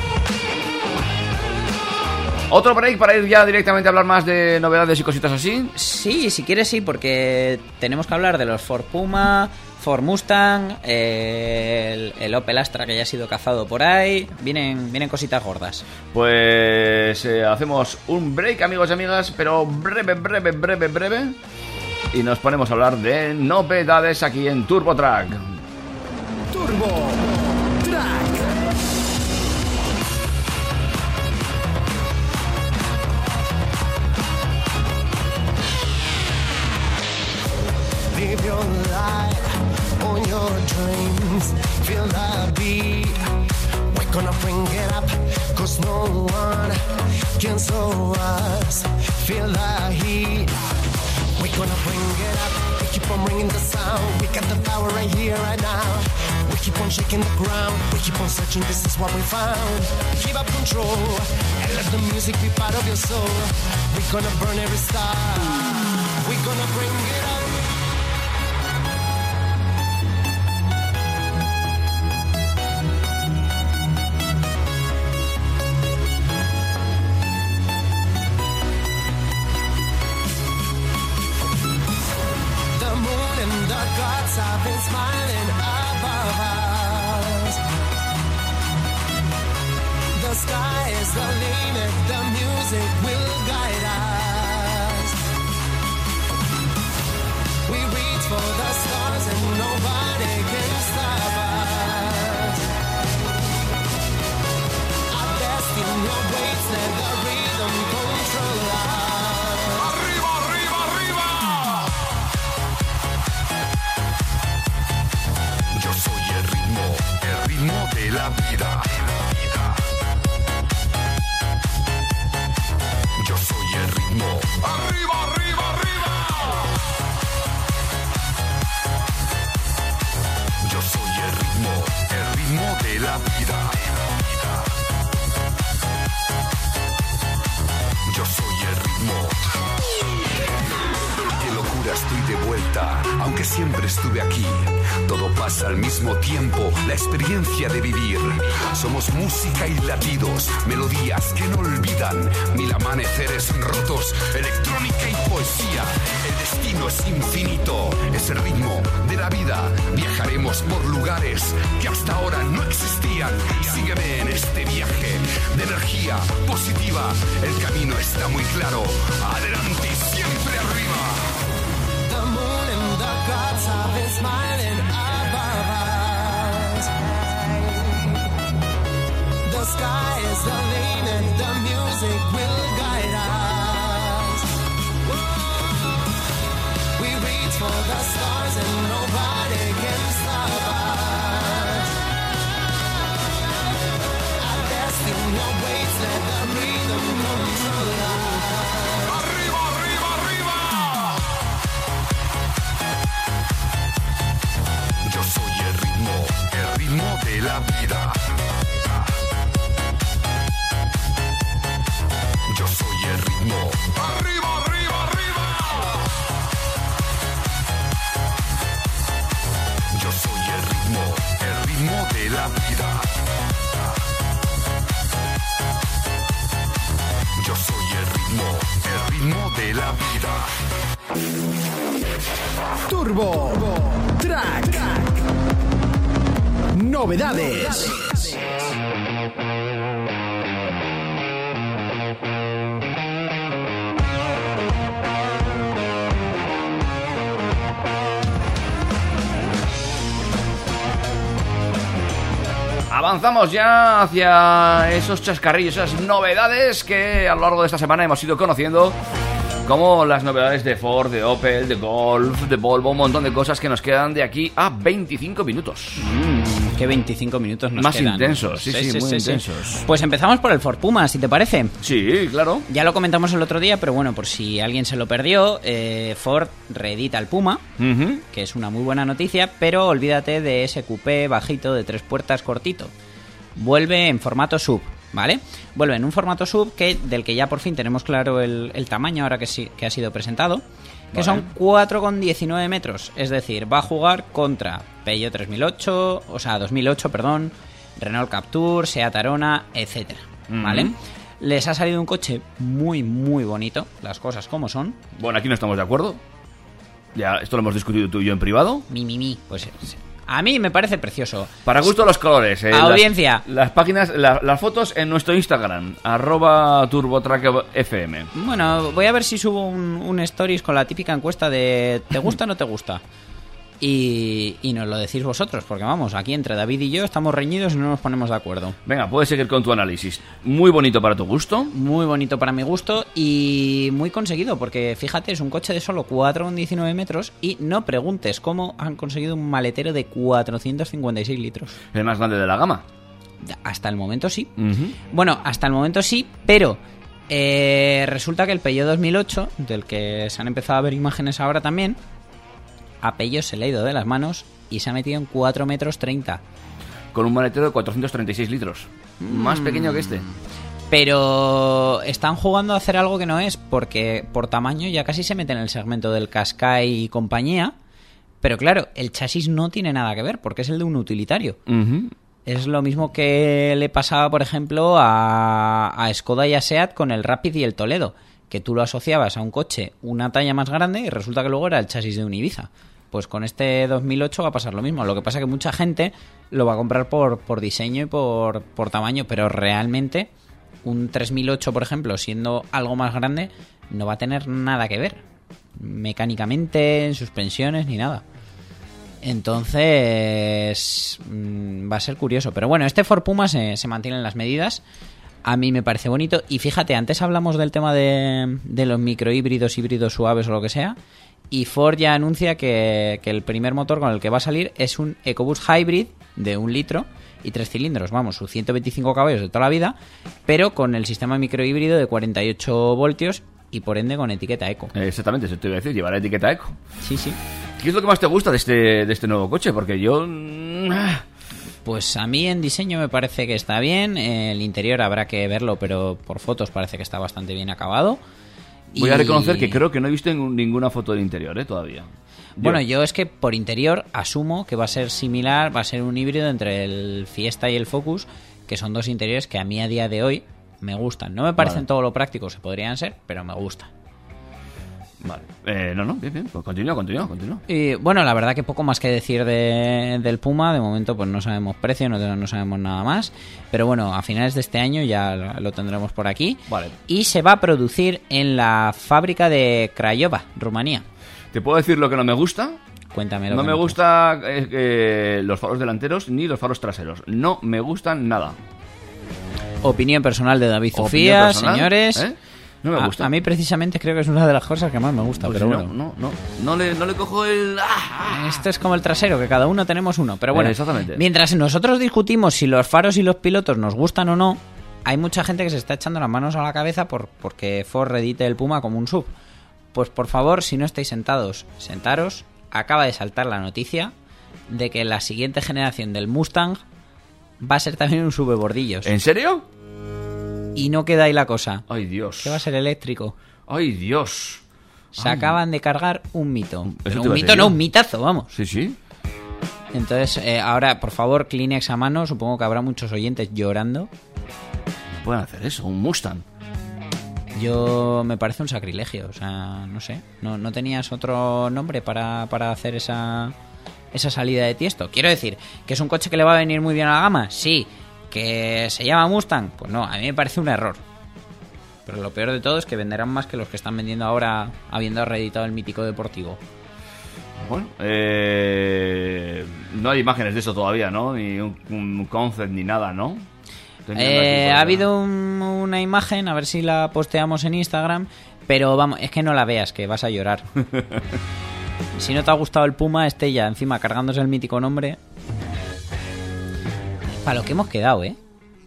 ¿Otro break para ir ya directamente a hablar más de novedades y cositas así? Sí, si quieres sí, porque tenemos que hablar de los Ford Puma, Ford Mustang, eh, el, el Opel Astra que ya ha sido cazado por ahí. Vienen, vienen cositas gordas. Pues eh, hacemos un break, amigos y amigas, pero breve, breve, breve, breve. y nos ponemos a hablar de novedades aquí en Turbo Track. Turbo Track. Live your life on your dreams. Feel the beat. We're gonna bring it up, cause no one can slow us. Feel the heat. We're gonna bring it up. We keep on bringing the sound. We got the power right here, right now. We keep on shaking the ground. We keep on searching, this is what we found. Keep up control and let the music be part of your soul. We're gonna burn every star. We're gonna bring it up. I've been smiling above us. The sky is the limit, the music will guide us. We reach for the stars and nobody can stop us. Our destiny awaits, let the rhythm control us. Arriba, arriba, arriba. Yo soy el ritmo, el ritmo de la vida. Yo soy el ritmo. Arriba, arriba, arriba. Yo soy el ritmo, el ritmo de la vida. Yo soy el ritmo. Qué locura, estoy de vuelta, aunque siempre estuve aquí. Todo pasa al mismo tiempo, la experiencia de vivir. Somos música y latidos, melodías que no olvidan. Mil amaneceres rotos, electrónica y poesía. El destino es infinito, es el ritmo de la vida. Viajaremos por lugares que hasta ahora no existían. Sígueme en este viaje de energía positiva. El camino está muy claro, adelante y siempre arriba. The moon and the gods have been smiling above us. The sky is the limit, the music will guide us. We reach for the stars and nobody can stop us. Our destiny awaits, let the rhythm control us. Arriba, arriba, arriba. Yo soy el ritmo, el ritmo de la vida. Yo soy el ritmo. Arriba, arriba, arriba. Yo soy el ritmo, el ritmo de la vida. Yo soy el ritmo, el ritmo de la vida. Turbo Track. Novedades. Avanzamos ya hacia esos chascarrillos, esas novedades que a lo largo de esta semana hemos ido conociendo, como las novedades de Ford, de Opel, de Golf, de Volvo, un montón de cosas que nos quedan de aquí a veinticinco minutos. Mm, ¿Qué veinticinco minutos nos Más quedan? intensos, sí, sí, sí, sí muy sí, intensos. Sí. Pues empezamos por el Ford Puma, si te parece. Sí, claro. Ya lo comentamos el otro día, pero bueno, por si alguien se lo perdió, eh, Ford reedita el Puma, uh-huh. que es una muy buena noticia, pero olvídate de ese coupé bajito de tres puertas cortito. Vuelve en formato sub, ¿vale? Vuelve en un formato sub que, del que ya por fin tenemos claro el, el tamaño ahora que, sí, que ha sido presentado, que vale. son cuatro coma diecinueve metros, es decir, va a jugar contra Peugeot tres mil ocho, o sea, dos mil ocho, perdón, Renault Captur, Seat Arona, etcétera, ¿vale? Uh-huh. Les ha salido un coche muy, muy bonito, las cosas como son. Bueno, aquí no estamos de acuerdo. Ya, esto lo hemos discutido tú y yo en privado. Mi, mi, mi, pues A mí me parece precioso. Para gusto los colores. Eh, Audiencia. Las, las páginas, la, las fotos en nuestro Instagram, arroba turbotrackfm. Bueno, voy a ver si subo un, un stories con la típica encuesta de ¿te gusta o no te gusta? Y, y nos lo decís vosotros, porque vamos, aquí entre David y yo estamos reñidos y no nos ponemos de acuerdo. Venga, puedes seguir con tu análisis. Muy bonito para tu gusto. Muy bonito para mi gusto y muy conseguido, porque fíjate, es un coche de solo cuatro coma diecinueve metros y no preguntes cómo han conseguido un maletero de cuatrocientos cincuenta y seis litros. El más grande de la gama. Hasta el momento sí. Uh-huh. Bueno, hasta el momento sí, pero eh, resulta que el Peugeot dos mil ocho, del que se han empezado a ver imágenes ahora también, a Peugeot se le ha ido de las manos y se ha metido en cuatro metros treinta. Con un maletero de cuatrocientos treinta y seis litros. Mm. Más pequeño que este. Pero están jugando a hacer algo que no es, porque por tamaño ya casi se mete en el segmento del Qashqai y compañía. Pero claro, el chasis no tiene nada que ver, porque es el de un utilitario. Uh-huh. Es lo mismo que le pasaba, por ejemplo, a, a Skoda y a Seat con el Rapid y el Toledo, que tú lo asociabas a un coche una talla más grande y resulta que luego era el chasis de un Ibiza. Pues con este dos mil ocho va a pasar lo mismo. Lo que pasa es que mucha gente lo va a comprar por, por diseño y por, por tamaño, pero realmente un tres mil ocho, por ejemplo, siendo algo más grande, no va a tener nada que ver mecánicamente, en suspensiones, ni nada. Entonces mmm, va a ser curioso. Pero bueno, este Ford Puma se, se mantiene en las medidas. A mí me parece bonito. Y fíjate, antes hablamos del tema de, de los microhíbridos, híbridos suaves o lo que sea. Y Ford ya anuncia que, que el primer motor con el que va a salir es un EcoBoost Hybrid de un litro y tres cilindros. Vamos, sus ciento veinticinco caballos de toda la vida, pero con el sistema microhíbrido de cuarenta y ocho voltios y por ende con etiqueta Eco. Exactamente, eso te iba a decir, llevar etiqueta Eco. Sí, sí. ¿Qué es lo que más te gusta de este, de este nuevo coche? Porque yo... Pues a mí en diseño me parece que está bien. El interior habrá que verlo, pero por fotos parece que está bastante bien acabado. Voy y... a reconocer que creo que no he visto ninguna foto del interior, ¿eh? Todavía. Bueno, yo... yo es que por interior asumo que va a ser similar, va a ser un híbrido entre el Fiesta y el Focus, que son dos interiores que a mí a día de hoy me gustan. No me parecen vale. todo lo prácticos que podrían ser, pero me gustan. Vale. Eh, no, no, bien, bien. Pues continúa, continúa, continúa. Y bueno, la verdad que poco más que decir de, del Puma. De momento pues no sabemos precio, no, no sabemos nada más. Pero bueno, a finales de este año ya lo tendremos por aquí. Vale. Y se va a producir en la fábrica de Craiova, Rumanía. ¿Te puedo decir lo que no me gusta? Cuéntame. Lo no que me no gusta eh, eh, los faros delanteros ni los faros traseros. No me gustan nada. Opinión personal de David Zufía, señores. ¿Eh? No me gusta. A, a mí precisamente creo que es una de las cosas que más me gusta, pues pero no, bueno. No, no, no le, no le cojo el... ¡Ah! Esto es como el trasero, que cada uno tenemos uno. Pero bueno, eh, exactamente. Mientras nosotros discutimos si los faros y los pilotos nos gustan o no, hay mucha gente que se está echando las manos a la cabeza por porque Ford redite el Puma como un sub. Pues por favor, si no estáis sentados, sentaros. Acaba de saltar la noticia de que la siguiente generación del Mustang va a ser también un sub de bordillos. ¿En serio? Y no queda ahí la cosa. Ay, Dios. Que va a ser eléctrico. Ay, Dios. Se Ay. acaban de cargar un mito. Pero un mito yo? no, un mitazo, vamos. Sí, sí. Entonces, eh, ahora, por favor, Kleenex a mano. Supongo que habrá muchos oyentes llorando. No pueden hacer eso, un Mustang. Yo me parece un sacrilegio. O sea, no sé. ¿No, no tenías otro nombre para, para hacer esa, esa salida de tiesto? Quiero decir, ¿que es un coche que le va a venir muy bien a la gama? Sí. ¿Que se llama Mustang? Pues no, a mí me parece un error. Pero lo peor de todo es que venderán más que los que están vendiendo ahora, habiendo reeditado el mítico deportivo. Bueno, eh, no hay imágenes de eso todavía, ¿no? Ni un, un concept ni nada, ¿no? Eh, ha habido un, una imagen, a ver si la posteamos en Instagram, pero vamos, es que no la veas, que vas a llorar. Si no te ha gustado el Puma, este ya encima cargándose el mítico nombre... Para lo que hemos quedado, ¿eh?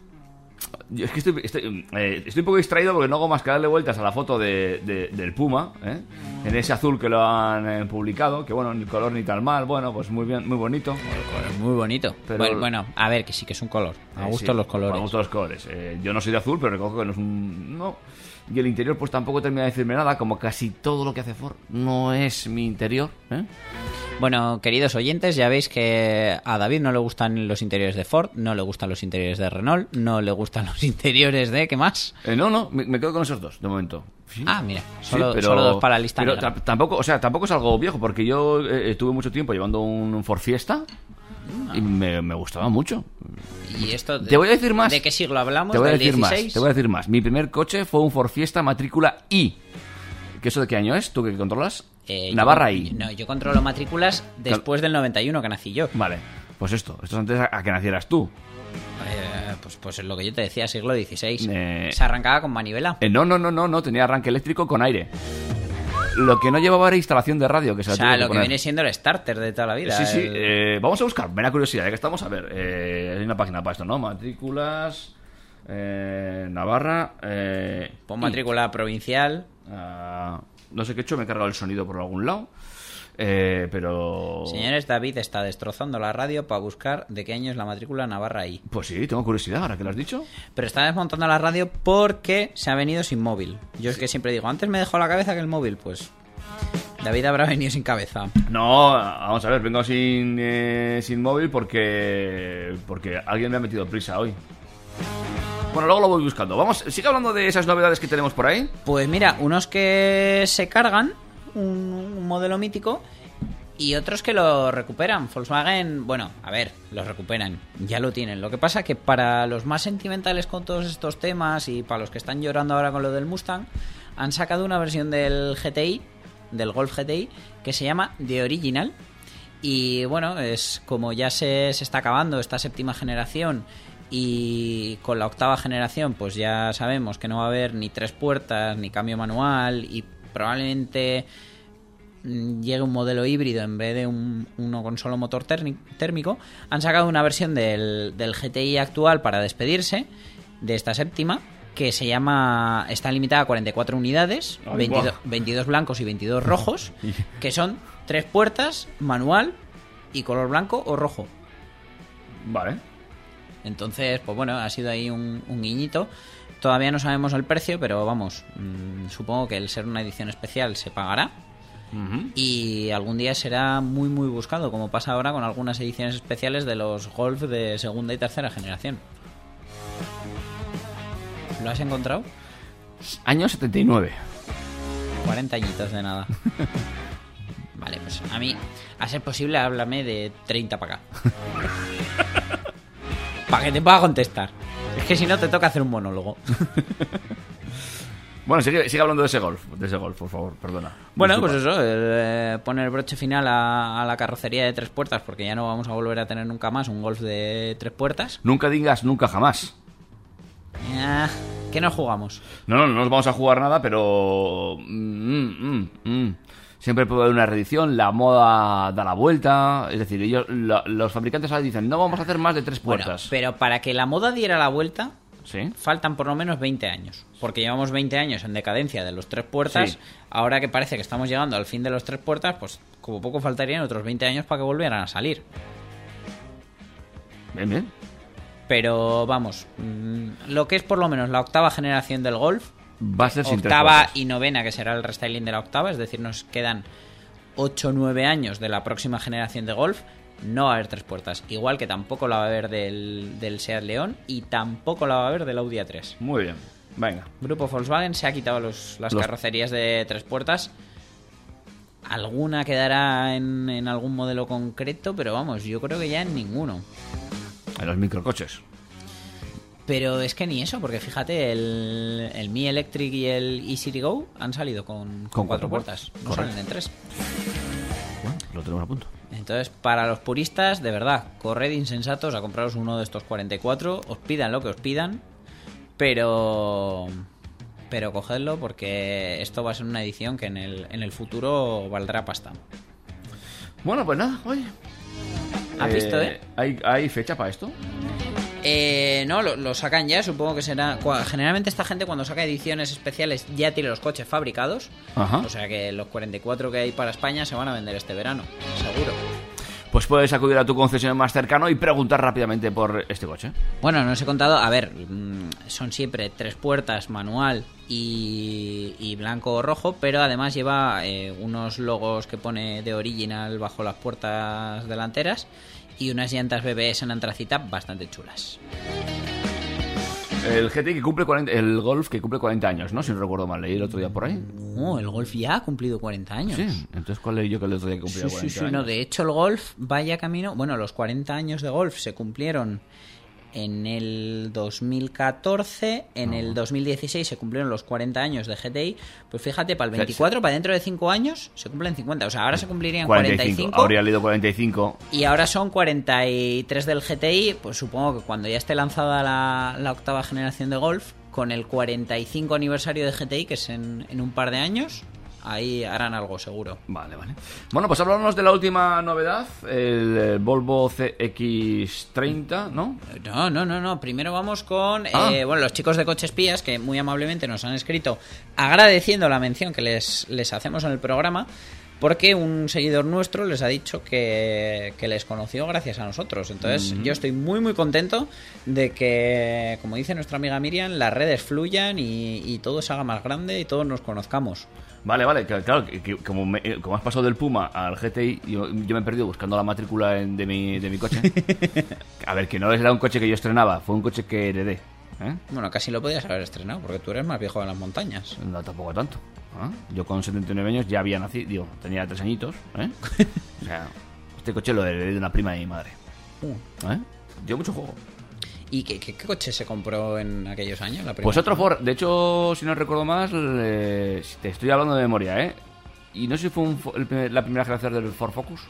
Yo es que estoy, estoy, eh, estoy un poco distraído porque no hago más que darle vueltas a la foto de, de, del Puma, ¿eh? En ese azul que lo han eh, publicado, que bueno, ni color ni tan mal, bueno, pues muy bien, muy bonito. Muy bonito. Pero, bueno, bueno, a ver, que sí que es un color. A gusto eh, sí, los colores. A gusto los colores. Eh, yo no soy de azul, pero reconozco que no es un... No. Y el interior pues tampoco termina de decirme nada, como casi todo lo que hace Ford no es mi interior, ¿eh? Bueno, queridos oyentes, ya veis que a David no le gustan los interiores de Ford, no le gustan los interiores de Renault, no le gustan los interiores de... ¿Qué más? Eh, no, no, me, me quedo con esos dos, de momento. Sí. Ah, mira, solo, sí, pero, solo dos para la lista pero negra. Tampoco, o sea, tampoco es algo viejo, porque yo eh, estuve mucho tiempo llevando un Ford Fiesta, y me, me gustaba mucho. ¿Y esto de, te voy a decir más. ¿De qué siglo hablamos? Te voy a ¿Del decir dieciséis? más. Te voy a decir más. Mi primer coche fue un Ford Fiesta matrícula I. ¿Qué eso de qué año es? ¿Tú que controlas? Eh, Navarra yo, I. No, yo controlo matrículas después del noventa y uno que nací yo. Vale, pues esto. Esto es antes a, a que nacieras tú. Eh, pues, pues es lo que yo te decía, siglo dieciséis. Eh, Se arrancaba con manivela. Eh, no, no, no, no, no. Tenía arranque eléctrico con aire. Lo que no llevaba era instalación de radio. Que se o la sea, tuve lo que que poner. viene siendo el starter de toda la vida. Sí, sí. el... Eh, vamos a buscar. Mera curiosidad, ya que estamos. A ver, eh, hay una página para esto, ¿no? Matrículas. Eh, Navarra. Eh, Pon matrícula I. provincial. Uh, no sé qué he hecho, me he cargado el sonido por algún lado. Eh, pero... Señores, David está destrozando la radio para buscar de qué año es la matrícula Navarra I. Pues sí, tengo curiosidad, ahora que lo has dicho. Pero está desmontando la radio porque se ha venido sin móvil. Yo es que siempre digo, antes me dejó la cabeza que el móvil, pues... David habrá venido sin cabeza. No, vamos a ver, vengo sin, eh, sin móvil porque... Porque alguien me ha metido prisa hoy. Bueno, luego lo voy buscando. Vamos, sigue hablando de esas novedades que tenemos por ahí. Pues mira, unos que se cargan un, un modelo mítico y otros que lo recuperan. Volkswagen, bueno, a ver, los recuperan, ya lo tienen. Lo que pasa que para los más sentimentales con todos estos temas y para los que están llorando ahora con lo del Mustang, han sacado una versión del G T I, del Golf G T I, que se llama The Original. Y bueno, es como ya se, se está acabando esta séptima generación y con la octava generación pues ya sabemos que no va a haber ni tres puertas ni cambio manual y probablemente llegue un modelo híbrido en vez de un, uno con solo motor térmico. Han sacado una versión del, del G T I actual para despedirse de esta séptima, que se llama, está limitada a cuarenta y cuatro unidades, Ay, veintidós, veintidós blancos y veintidós rojos, que son tres puertas, manual y color blanco o rojo. Vale. Entonces, pues bueno, ha sido ahí un, un guiñito. Todavía no sabemos el precio, pero vamos, mmm, supongo que el ser una edición especial se pagará. Uh-huh. Y algún día será muy muy buscado, como pasa ahora con algunas ediciones especiales de los Golf de segunda y tercera generación. ¿Lo has encontrado? Año setenta y nueve. cuarenta añitos de nada. Vale, pues a mí, a ser posible, háblame de treinta para acá. Para que te pueda contestar. Es que si no te toca hacer un monólogo. Bueno, sigue, sigue hablando de ese Golf, de ese Golf, por favor, perdona. Bueno, Disculpa. pues eso, el, eh, poner broche final a, a la carrocería de tres puertas, porque ya no vamos a volver a tener nunca más un Golf de tres puertas. Nunca digas nunca jamás. Ah, ¿qué nos jugamos? No, no, no nos vamos a jugar nada, pero... Mm, mm, mm. Siempre puede haber una reedición, la moda da la vuelta. Es decir, ellos, la, los fabricantes ahora dicen, no vamos a hacer más de tres puertas. Bueno, pero para que la moda diera la vuelta, ¿sí? Faltan por lo menos veinte años. Porque llevamos veinte años en decadencia de los tres puertas. Sí. Ahora que parece que estamos llegando al fin de los tres puertas, pues como poco faltarían otros veinte años para que volvieran a salir. Bien, bien. Pero vamos, mmm, lo que es por lo menos la octava generación del Golf, va a ser sin tres octava puertas. y novena, que será el restyling de la octava, es decir, nos quedan ocho o nueve años de la próxima generación de Golf. No va a haber tres puertas, igual que tampoco la va a haber del, del Seat León y tampoco la va a haber del Audi A tres. Muy bien, venga. Grupo Volkswagen se ha quitado los, las Los... carrocerías de tres puertas. Alguna quedará en, en algún modelo concreto, pero vamos, yo creo que ya en ninguno. En los microcoches. Pero es que ni eso, porque fíjate, el, el Mi Electric y el eCity Go han salido con, con, con cuatro cuatro puertas, puertas. no Correcto. salen en tres. Bueno, lo tenemos a punto. Entonces, para los puristas, de verdad, corred insensatos a compraros uno de estos cuarenta y cuatro, os pidan lo que os pidan, pero pero cogedlo porque esto va a ser una edición que en el, en el futuro valdrá pasta. Bueno, pues nada, oye. ¿Has eh, visto, eh? ¿hay, ¿Hay fecha para esto? Eh, no, lo, lo sacan ya, supongo que será... Generalmente esta gente cuando saca ediciones especiales ya tiene los coches fabricados. Ajá. O sea que los cuarenta y cuatro que hay para España se van a vender este verano, seguro. Pues puedes acudir a tu concesionario más cercano y preguntar rápidamente por este coche. Bueno, no os he contado, a ver, son siempre tres puertas, manual y, y blanco o rojo, pero además lleva eh, unos logos que pone de Original bajo las puertas delanteras y unas llantas B B S en antracita bastante chulas. El G T I que cumple cuarenta, el Golf que cumple cuarenta años, ¿no? Si no recuerdo mal, leí el otro día por ahí. No, el Golf ya ha cumplido cuarenta años. Sí, entonces ¿cuál leí yo que el otro día que cumplía Sí, cuarenta sí, sí, años? no, de hecho el Golf vaya camino... Bueno, los cuarenta años de Golf se cumplieron en el dos mil catorce, en no. el dos mil dieciséis se cumplieron los cuarenta años de G T I, pues fíjate, para el veinticuatro, sí. Para dentro de cinco años, se cumplen cincuenta, o sea, ahora se cumplirían cuarenta y cinco. cuarenta y cinco Habría leído cuarenta y cinco. Y ahora son cuarenta y tres del G T I, pues supongo que cuando ya esté lanzada la, la octava generación de Golf, con el cuarenta y cinco aniversario de G T I, que es en, en un par de años... Ahí harán algo, seguro. Vale, vale. Bueno, pues hablarnos de la última novedad, el Volvo C X treinta, ¿no? No, no, no, no. Primero vamos con ah. eh, bueno, los chicos de Coche Espías, que muy amablemente nos han escrito agradeciendo la mención que les, les hacemos en el programa, porque un seguidor nuestro les ha dicho que, que les conoció gracias a nosotros. Entonces mm-hmm. yo estoy muy muy contento de que, como dice nuestra amiga Miriam, las redes fluyan y, y todo se haga más grande y todos nos conozcamos. Vale, vale, claro, que, que, como, me, como has pasado del Puma al G T I, yo, yo me he perdido buscando la matrícula en, de, mi, de mi coche. A ver, que no era un coche que yo estrenaba, fue un coche que heredé. ¿eh? Bueno, casi lo podías haber estrenado, porque tú eres más viejo de las montañas. No, tampoco tanto. ¿eh? Yo con setenta y nueve años ya había nacido, digo, tenía tres añitos. ¿eh? O sea, este coche lo heredé de una prima de mi madre. ¿eh? Dio mucho juego. ¿Y qué, qué, qué coche se compró en aquellos años? La pues otro Ford. De hecho, si no recuerdo más, eh, te estoy hablando de memoria, ¿eh? Y no sé si fue un, el, la primera generación del Ford Focus.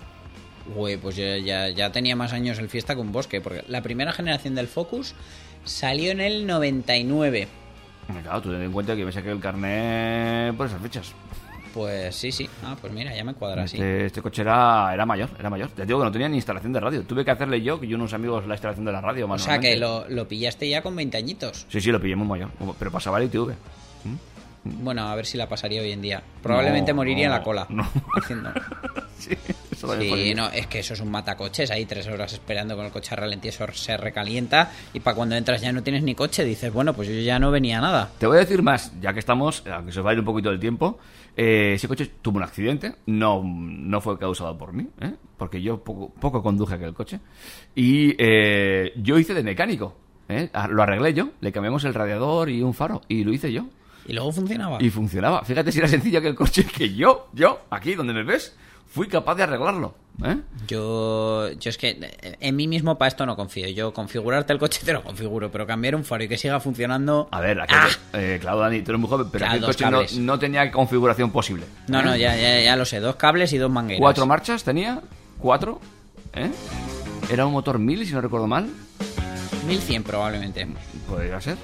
Uy, pues ya, ya, ya tenía más años el Fiesta que un Bosque, porque la primera generación del Focus salió en el noventa y nueve. Claro, tú ten en cuenta que me saqué el carnet por esas fechas. Pues sí, sí. Ah, pues mira, ya me cuadra así. Este, este coche era, era mayor, era mayor. Te digo que no tenía ni instalación de radio. Tuve que hacerle yo, que yo unos amigos, la instalación de la radio. O sea, que lo, lo pillaste ya con veinte añitos. Sí, sí, lo pillé muy mayor. Pero pasaba el I T V. ¿Mm? Bueno, a ver si la pasaría hoy en día. Probablemente no, moriría no, en la cola. No. Haciendo... sí, eso sí no, es que eso es un matacoches. Ahí tres horas esperando con el coche a ralentí, eso se recalienta. Y para cuando entras ya no tienes ni coche. Dices, bueno, pues yo ya no venía nada. Te voy a decir más, ya que estamos, aunque se va a ir un poquito del tiempo. Eh, ese coche tuvo un accidente, no, no fue causado por mí, ¿eh? Porque yo poco, poco conduje aquel coche. Y eh, yo hice de mecánico, ¿eh? Lo arreglé yo, le cambiamos el radiador y un faro, y lo hice yo. ¿Y luego funcionaba? Y funcionaba. Fíjate si era sencillo aquel coche que yo, yo, aquí donde me ves, fui capaz de arreglarlo. ¿eh? Yo, yo es que en mí mismo para esto no confío. Yo configurarte el coche te lo configuro, pero cambiar un faro y que siga funcionando... A ver, aquel, ¡ah! eh, claro, Dani, tú eres muy joven, pero claro, aquel coche no, no tenía configuración posible. No, ¿eh? no, ya, ya, ya lo sé. Dos cables y dos mangueras. Cuatro marchas tenía, cuatro, ¿eh? Era un motor mil, si no recuerdo mal. mil cien probablemente. Podría ser.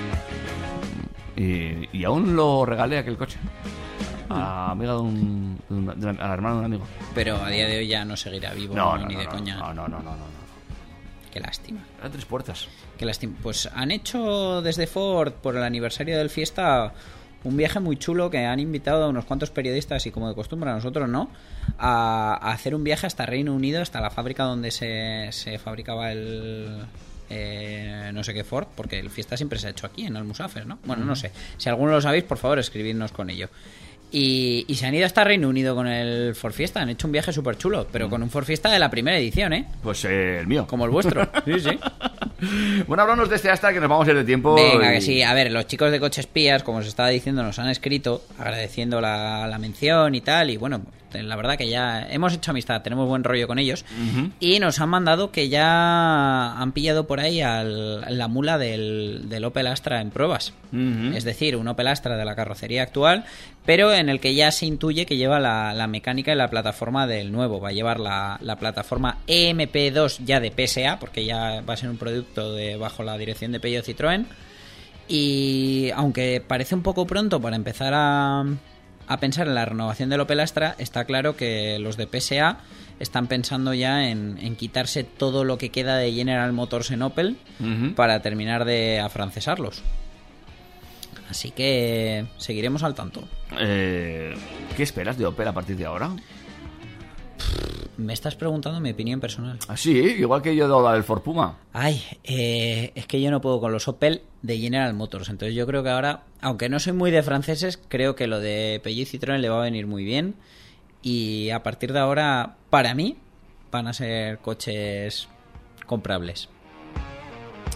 Y, y aún lo regalé aquel coche a la amiga de un, de un de la, a la hermana de un amigo. Pero a día de hoy ya no seguirá vivo, no, no, no, ni no, de no, coña. No, no, no, no, no, no. Qué lástima. Eran tres puertas. Qué lástima. Pues han hecho desde Ford por el aniversario del Fiesta un viaje muy chulo que han invitado a unos cuantos periodistas y como de costumbre a nosotros, ¿no? A, a hacer un viaje hasta Reino Unido, hasta la fábrica donde se, se fabricaba el... Eh, no sé qué Ford, porque el Fiesta siempre se ha hecho aquí en Almusafer, ¿no? Bueno, no sé. Si alguno lo sabéis, por favor, escribidnos con ello. Y, y se han ido hasta Reino Unido con el Ford Fiesta. Han hecho un viaje súper chulo, pero con un Ford Fiesta de la primera edición, ¿eh? Pues eh, el mío. Como el vuestro. Sí, sí. Bueno, háblanos de este hasta que nos vamos a ir de tiempo. Venga, y... que sí. A ver, los chicos de Coche Espías, como os estaba diciendo, nos han escrito agradeciendo la, la mención y tal. Y bueno, la verdad que ya hemos hecho amistad, tenemos buen rollo con ellos. Uh-huh. Y nos han mandado que ya han pillado por ahí al, la mula del, del Opel Astra en pruebas. Uh-huh. Es decir, un Opel Astra de la carrocería actual, pero en el que ya se intuye que lleva la, la mecánica y la plataforma del nuevo. Va a llevar la, la plataforma E M P dos ya de P S A, porque ya va a ser un producto de bajo la dirección de Peugeot Citroën. Y aunque parece un poco pronto para empezar a... a pensar en la renovación del Opel Astra, está claro que los de P S A están pensando ya en, en quitarse todo lo que queda de General Motors en Opel uh-huh. para terminar de afrancesarlos. Así que seguiremos al tanto. Eh, ¿Qué esperas de Opel a partir de ahora? Me estás preguntando mi opinión personal. Ah, sí, igual que yo he dado la del Ford Puma. Ay, eh, es que yo no puedo con los Opel de General Motors. Entonces yo creo que ahora, aunque no soy muy de franceses, creo que lo de Peugeot Citroën le va a venir muy bien. Y a partir de ahora, para mí, van a ser coches comprables. Yo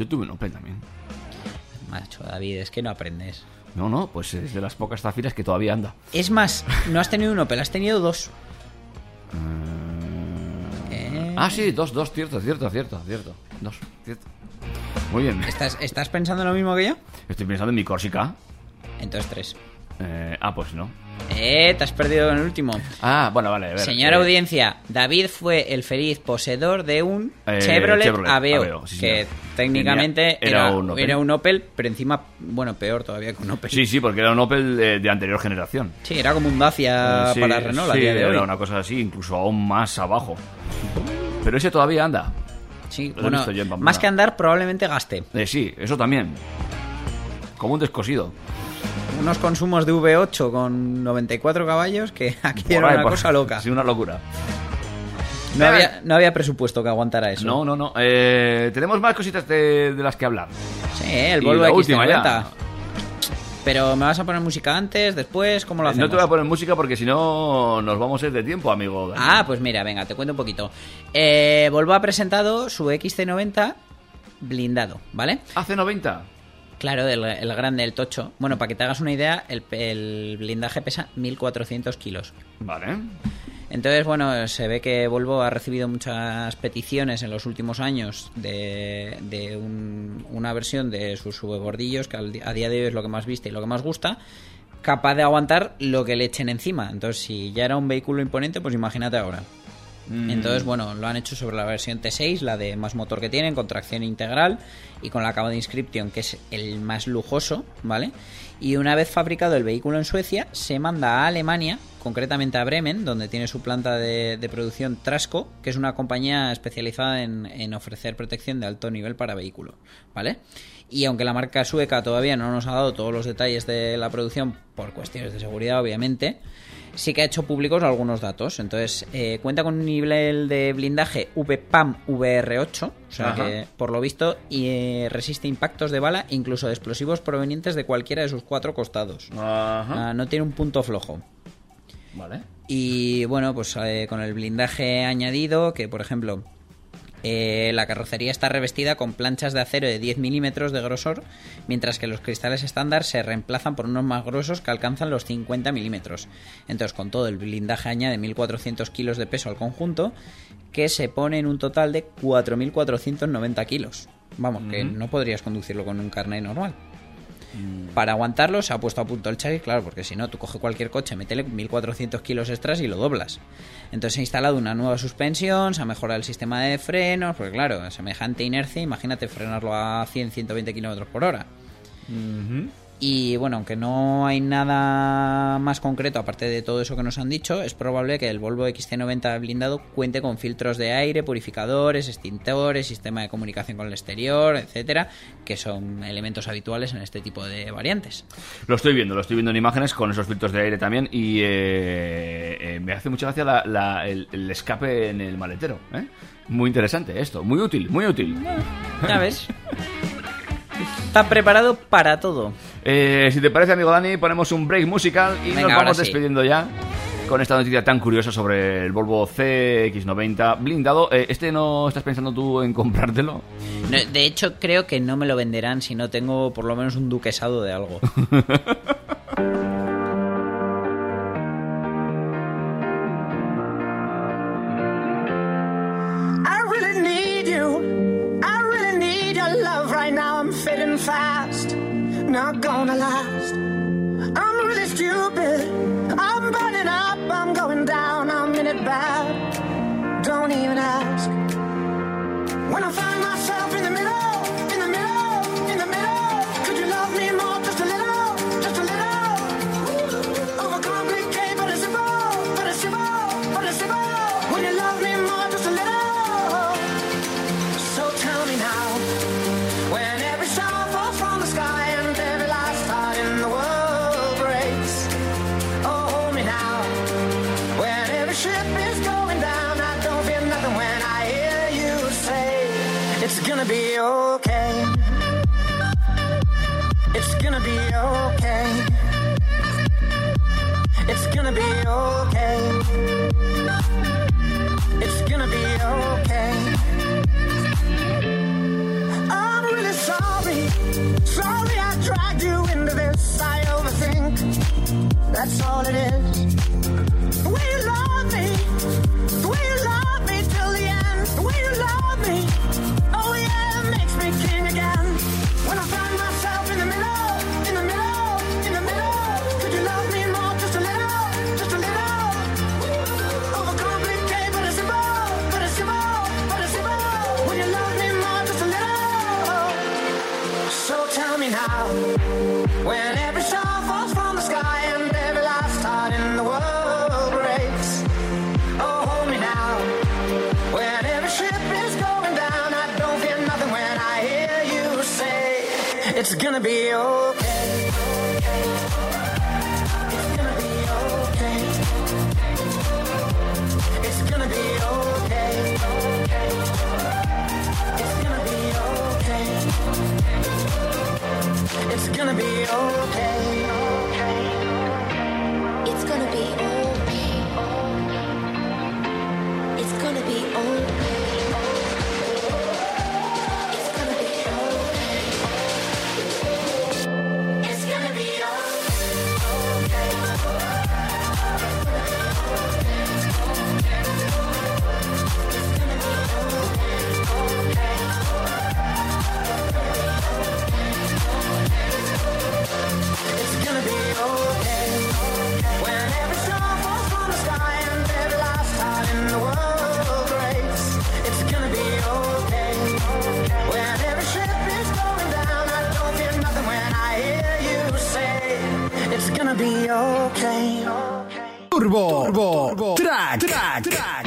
Yo tuve un Opel también. Macho, David, es que no aprendes. No, no, pues es de las pocas zafiras que todavía anda. Es más, no has tenido un Opel, has tenido dos. Uh... ¿Eh? Ah, sí, dos, dos, cierto, cierto, cierto, cierto. Dos, cierto. Muy bien. ¿Estás, ¿Estás pensando lo mismo que yo? Estoy pensando en mi Corsica. Entonces tres. Eh, ah, pues no. Eh, te has perdido en el último. Ah, bueno, vale, a ver. Señora eh... audiencia, David fue el feliz poseedor de un eh, Chevrolet, Chevrolet Aveo, Aveo sí, que señor. técnicamente Tenía, era, era, un era un Opel, pero encima, bueno, peor todavía que un Opel. Sí, sí, porque era un Opel de, de anterior generación. Sí, era como un Dacia sí, para Renault sí, a día de hoy. Era una cosa así, incluso aún más abajo. Pero ese todavía anda. Sí, Lo bueno, más que andar probablemente gaste. Eh, sí, eso también. Como un descosido. Unos consumos de V ocho con noventa y cuatro caballos que aquí por era ahí, una por... cosa loca. Sí, una locura. No había, no había presupuesto que aguantara eso. No, no, no. Eh, tenemos más cositas de, de las que hablar. Sí, el y Volvo la X C noventa. Última ya. Pero ¿me vas a poner música antes, después? ¿Cómo lo hacemos? No te voy a poner música porque si no nos vamos a ir de tiempo, amigo. Dani. Ah, pues mira, venga, te cuento un poquito. Eh, Volvo ha presentado su X C noventa blindado, ¿vale? ¿A C noventa? Claro, el, el grande, el tocho. Bueno, para que te hagas una idea, el, el blindaje pesa mil cuatrocientos kilos. Vale. Entonces, bueno, se ve que Volvo ha recibido muchas peticiones en los últimos años de, de un, una versión de sus subebordillos, que al, a día de hoy es lo que más viste y lo que más gusta, capaz de aguantar lo que le echen encima. Entonces, si ya era un vehículo imponente, pues imagínate ahora. Mm. Entonces, bueno, lo han hecho sobre la versión T seis, la de más motor que tienen, con tracción integral y con la cama de Inscription, que es el más lujoso, ¿vale? Y una vez fabricado el vehículo en Suecia, se manda a Alemania, concretamente a Bremen, donde tiene su planta de, de producción Trasco, que es una compañía especializada en, en ofrecer protección de alto nivel para vehículos, ¿vale? Y aunque la marca sueca todavía no nos ha dado todos los detalles de la producción, por cuestiones de seguridad, obviamente, sí que ha hecho públicos algunos datos. Entonces, eh, cuenta con un nivel de blindaje V P A M V R ocho, o sea Ajá. que, por lo visto, y, eh, resiste impactos de bala, incluso de explosivos provenientes de cualquiera de sus cuatro costados. Ajá. Ah, no tiene un punto flojo. Vale. Y bueno, pues eh, con el blindaje añadido, que por ejemplo, eh, la carrocería está revestida con planchas de acero de diez milímetros de grosor, mientras que los cristales estándar se reemplazan por unos más gruesos que alcanzan los cincuenta milímetros. Entonces, con todo el blindaje añade mil cuatrocientos kilos de peso al conjunto, que se pone en un total de cuatro mil cuatrocientos noventa kilos. Vamos, uh-huh. que no podrías conducirlo con un carnet normal. Para aguantarlo se ha puesto a punto el chasis, claro, porque si no, tú coges cualquier coche, métele mil cuatrocientos kilos extras y lo doblas. Entonces se ha instalado una nueva suspensión, se ha mejorado el sistema de frenos, porque claro, a semejante inercia, imagínate frenarlo a cien, ciento veinte kilómetros por hora. Uh-huh. Y bueno, aunque no hay nada más concreto aparte de todo eso que nos han dicho, es probable que el Volvo X C noventa blindado cuente con filtros de aire, purificadores, extintores, sistema de comunicación con el exterior, etcétera, que son elementos habituales en este tipo de variantes. Lo estoy viendo, lo estoy viendo en imágenes con esos filtros de aire también y eh, eh, me hace mucha gracia la, la, el, el escape en el maletero, ¿eh? Muy interesante esto, muy útil, muy útil. Ya ves. Está preparado para todo. Eh, si te parece, amigo Dani, ponemos un break musical y Venga, nos vamos sí. despidiendo ya con esta noticia tan curiosa sobre el Volvo C X noventa blindado. Eh, ¿Este no estás pensando tú en comprártelo? No, de hecho, creo que no me lo venderán si no tengo por lo menos un duquesado de algo. Fading fast, not gonna last. I'm really stupid, I'm burning up, I'm going down, I'm in it bad. Don't even ask. When I find myself in the middle, in the middle, in the middle, could you love me more, just a little, just a little? Overcomplicate, but it's simple, but it's simple, but it's simple. Will you love me more, just a little? So tell me now, when every star falls from the sky and every last heart in the world breaks. Oh, hold me now. When every ship is going down, I don't feel nothing when Sorry I dragged you into this, I overthink. That's all it is. The way you love me, the way you love me till the end. The way you love me, oh yeah, it makes me king again. When I find myself in the middle, in the middle, in the middle. Could you love me more, just a little, just a little? Overcomplicate, but it's simple, but it's simple, but it's simple. When you love me more, just a little. So tell me now, when every star falls from the sky and every last heart in the world breaks. Oh, hold me now, when every ship is going down, I don't fear nothing when I hear you say, it's gonna be okay. It's gonna be okay. It's gonna be okay. It's gonna be okay. It's gonna be okay. It's gonna be okay. It's gonna be okay. It's gonna be okay. It's gonna be It's gonna be okay. When every star falls from the sky and every last heart in the world breaks. It's gonna be okay. When every ship is going down, I don't fear nothing when I hear you say, it's gonna be okay. Turbo, Turbo, Track, Track, Track.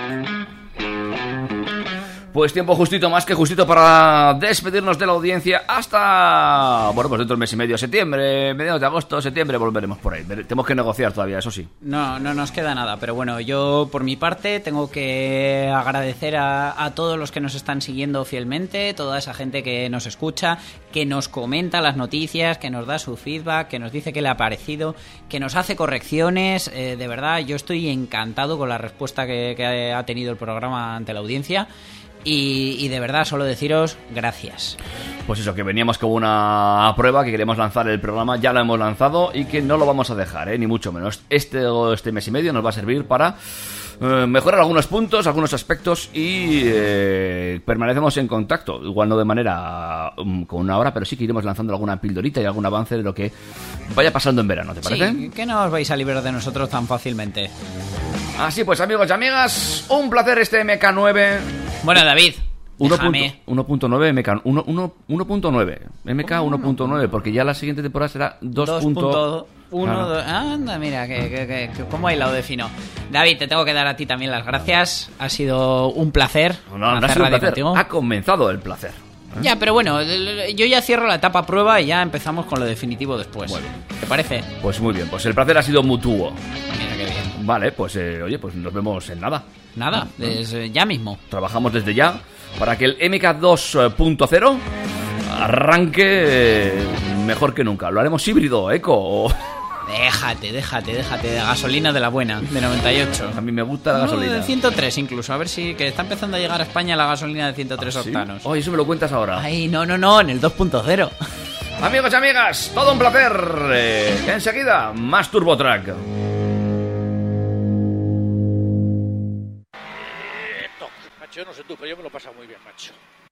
Pues tiempo justito, más que justito para despedirnos de la audiencia hasta, bueno, pues dentro del mes y medio, septiembre, mediados de agosto, septiembre, volveremos por ahí. Tenemos que negociar todavía, eso sí. No, no nos queda nada, pero bueno, yo por mi parte tengo que agradecer a, a todos los que nos están siguiendo fielmente, toda esa gente que nos escucha, que nos comenta las noticias, que nos da su feedback, que nos dice qué le ha parecido, que nos hace correcciones. Eh, de verdad, yo estoy encantado con la respuesta que, que ha tenido el programa ante la audiencia. Y, y de verdad, solo deciros gracias. Pues eso, que veníamos con una prueba, que queremos lanzar el programa, ya lo hemos lanzado y que no lo vamos a dejar, ¿eh? Ni mucho menos. Este, este mes y medio nos va a servir para eh, mejorar algunos puntos, algunos aspectos y eh, permanecemos en contacto. Igual no de manera um, con una hora, pero sí que iremos lanzando alguna pildorita y algún avance de lo que vaya pasando en verano, ¿te parece? Sí, que no os vais a librar de nosotros tan fácilmente. Así pues, amigos y amigas, un placer este M K nueve. Bueno, David, déjame. uno punto nueve M K uno punto nueve M K uno punto nueve, porque ya la siguiente temporada será dos punto uno. Anda, mira, que, que, que, que, cómo hay lado de fino. David, te tengo que dar a ti también las gracias. Ha sido un placer. No, no, no ha sido un placer. Contigo. Ha comenzado el placer. ¿Eh? Ya, pero bueno, yo ya cierro la etapa prueba y ya empezamos con lo definitivo después. Muy bien. ¿Te parece? Pues muy bien, pues el placer ha sido mutuo. Mira qué bien. Vale, pues eh, oye, pues nos vemos en nada. Nada, ¿no? desde ya mismo. Trabajamos desde ya para que el M K dos punto cero arranque mejor que nunca. Lo haremos híbrido, eco o... Déjate, déjate, déjate de gasolina de la buena, de noventa y ocho. A mí me gusta la no, gasolina. De ciento tres incluso, a ver si... Que está empezando a llegar a España la gasolina de ciento tres ¿Ah, sí? octanos. Oye, eso me lo cuentas ahora. Ay, no, no, no, en el dos punto cero. Amigos y amigas, todo un placer. Eh, enseguida, más Turbo Track. Macho, no sé tú, pero yo me lo he pasado muy bien, macho.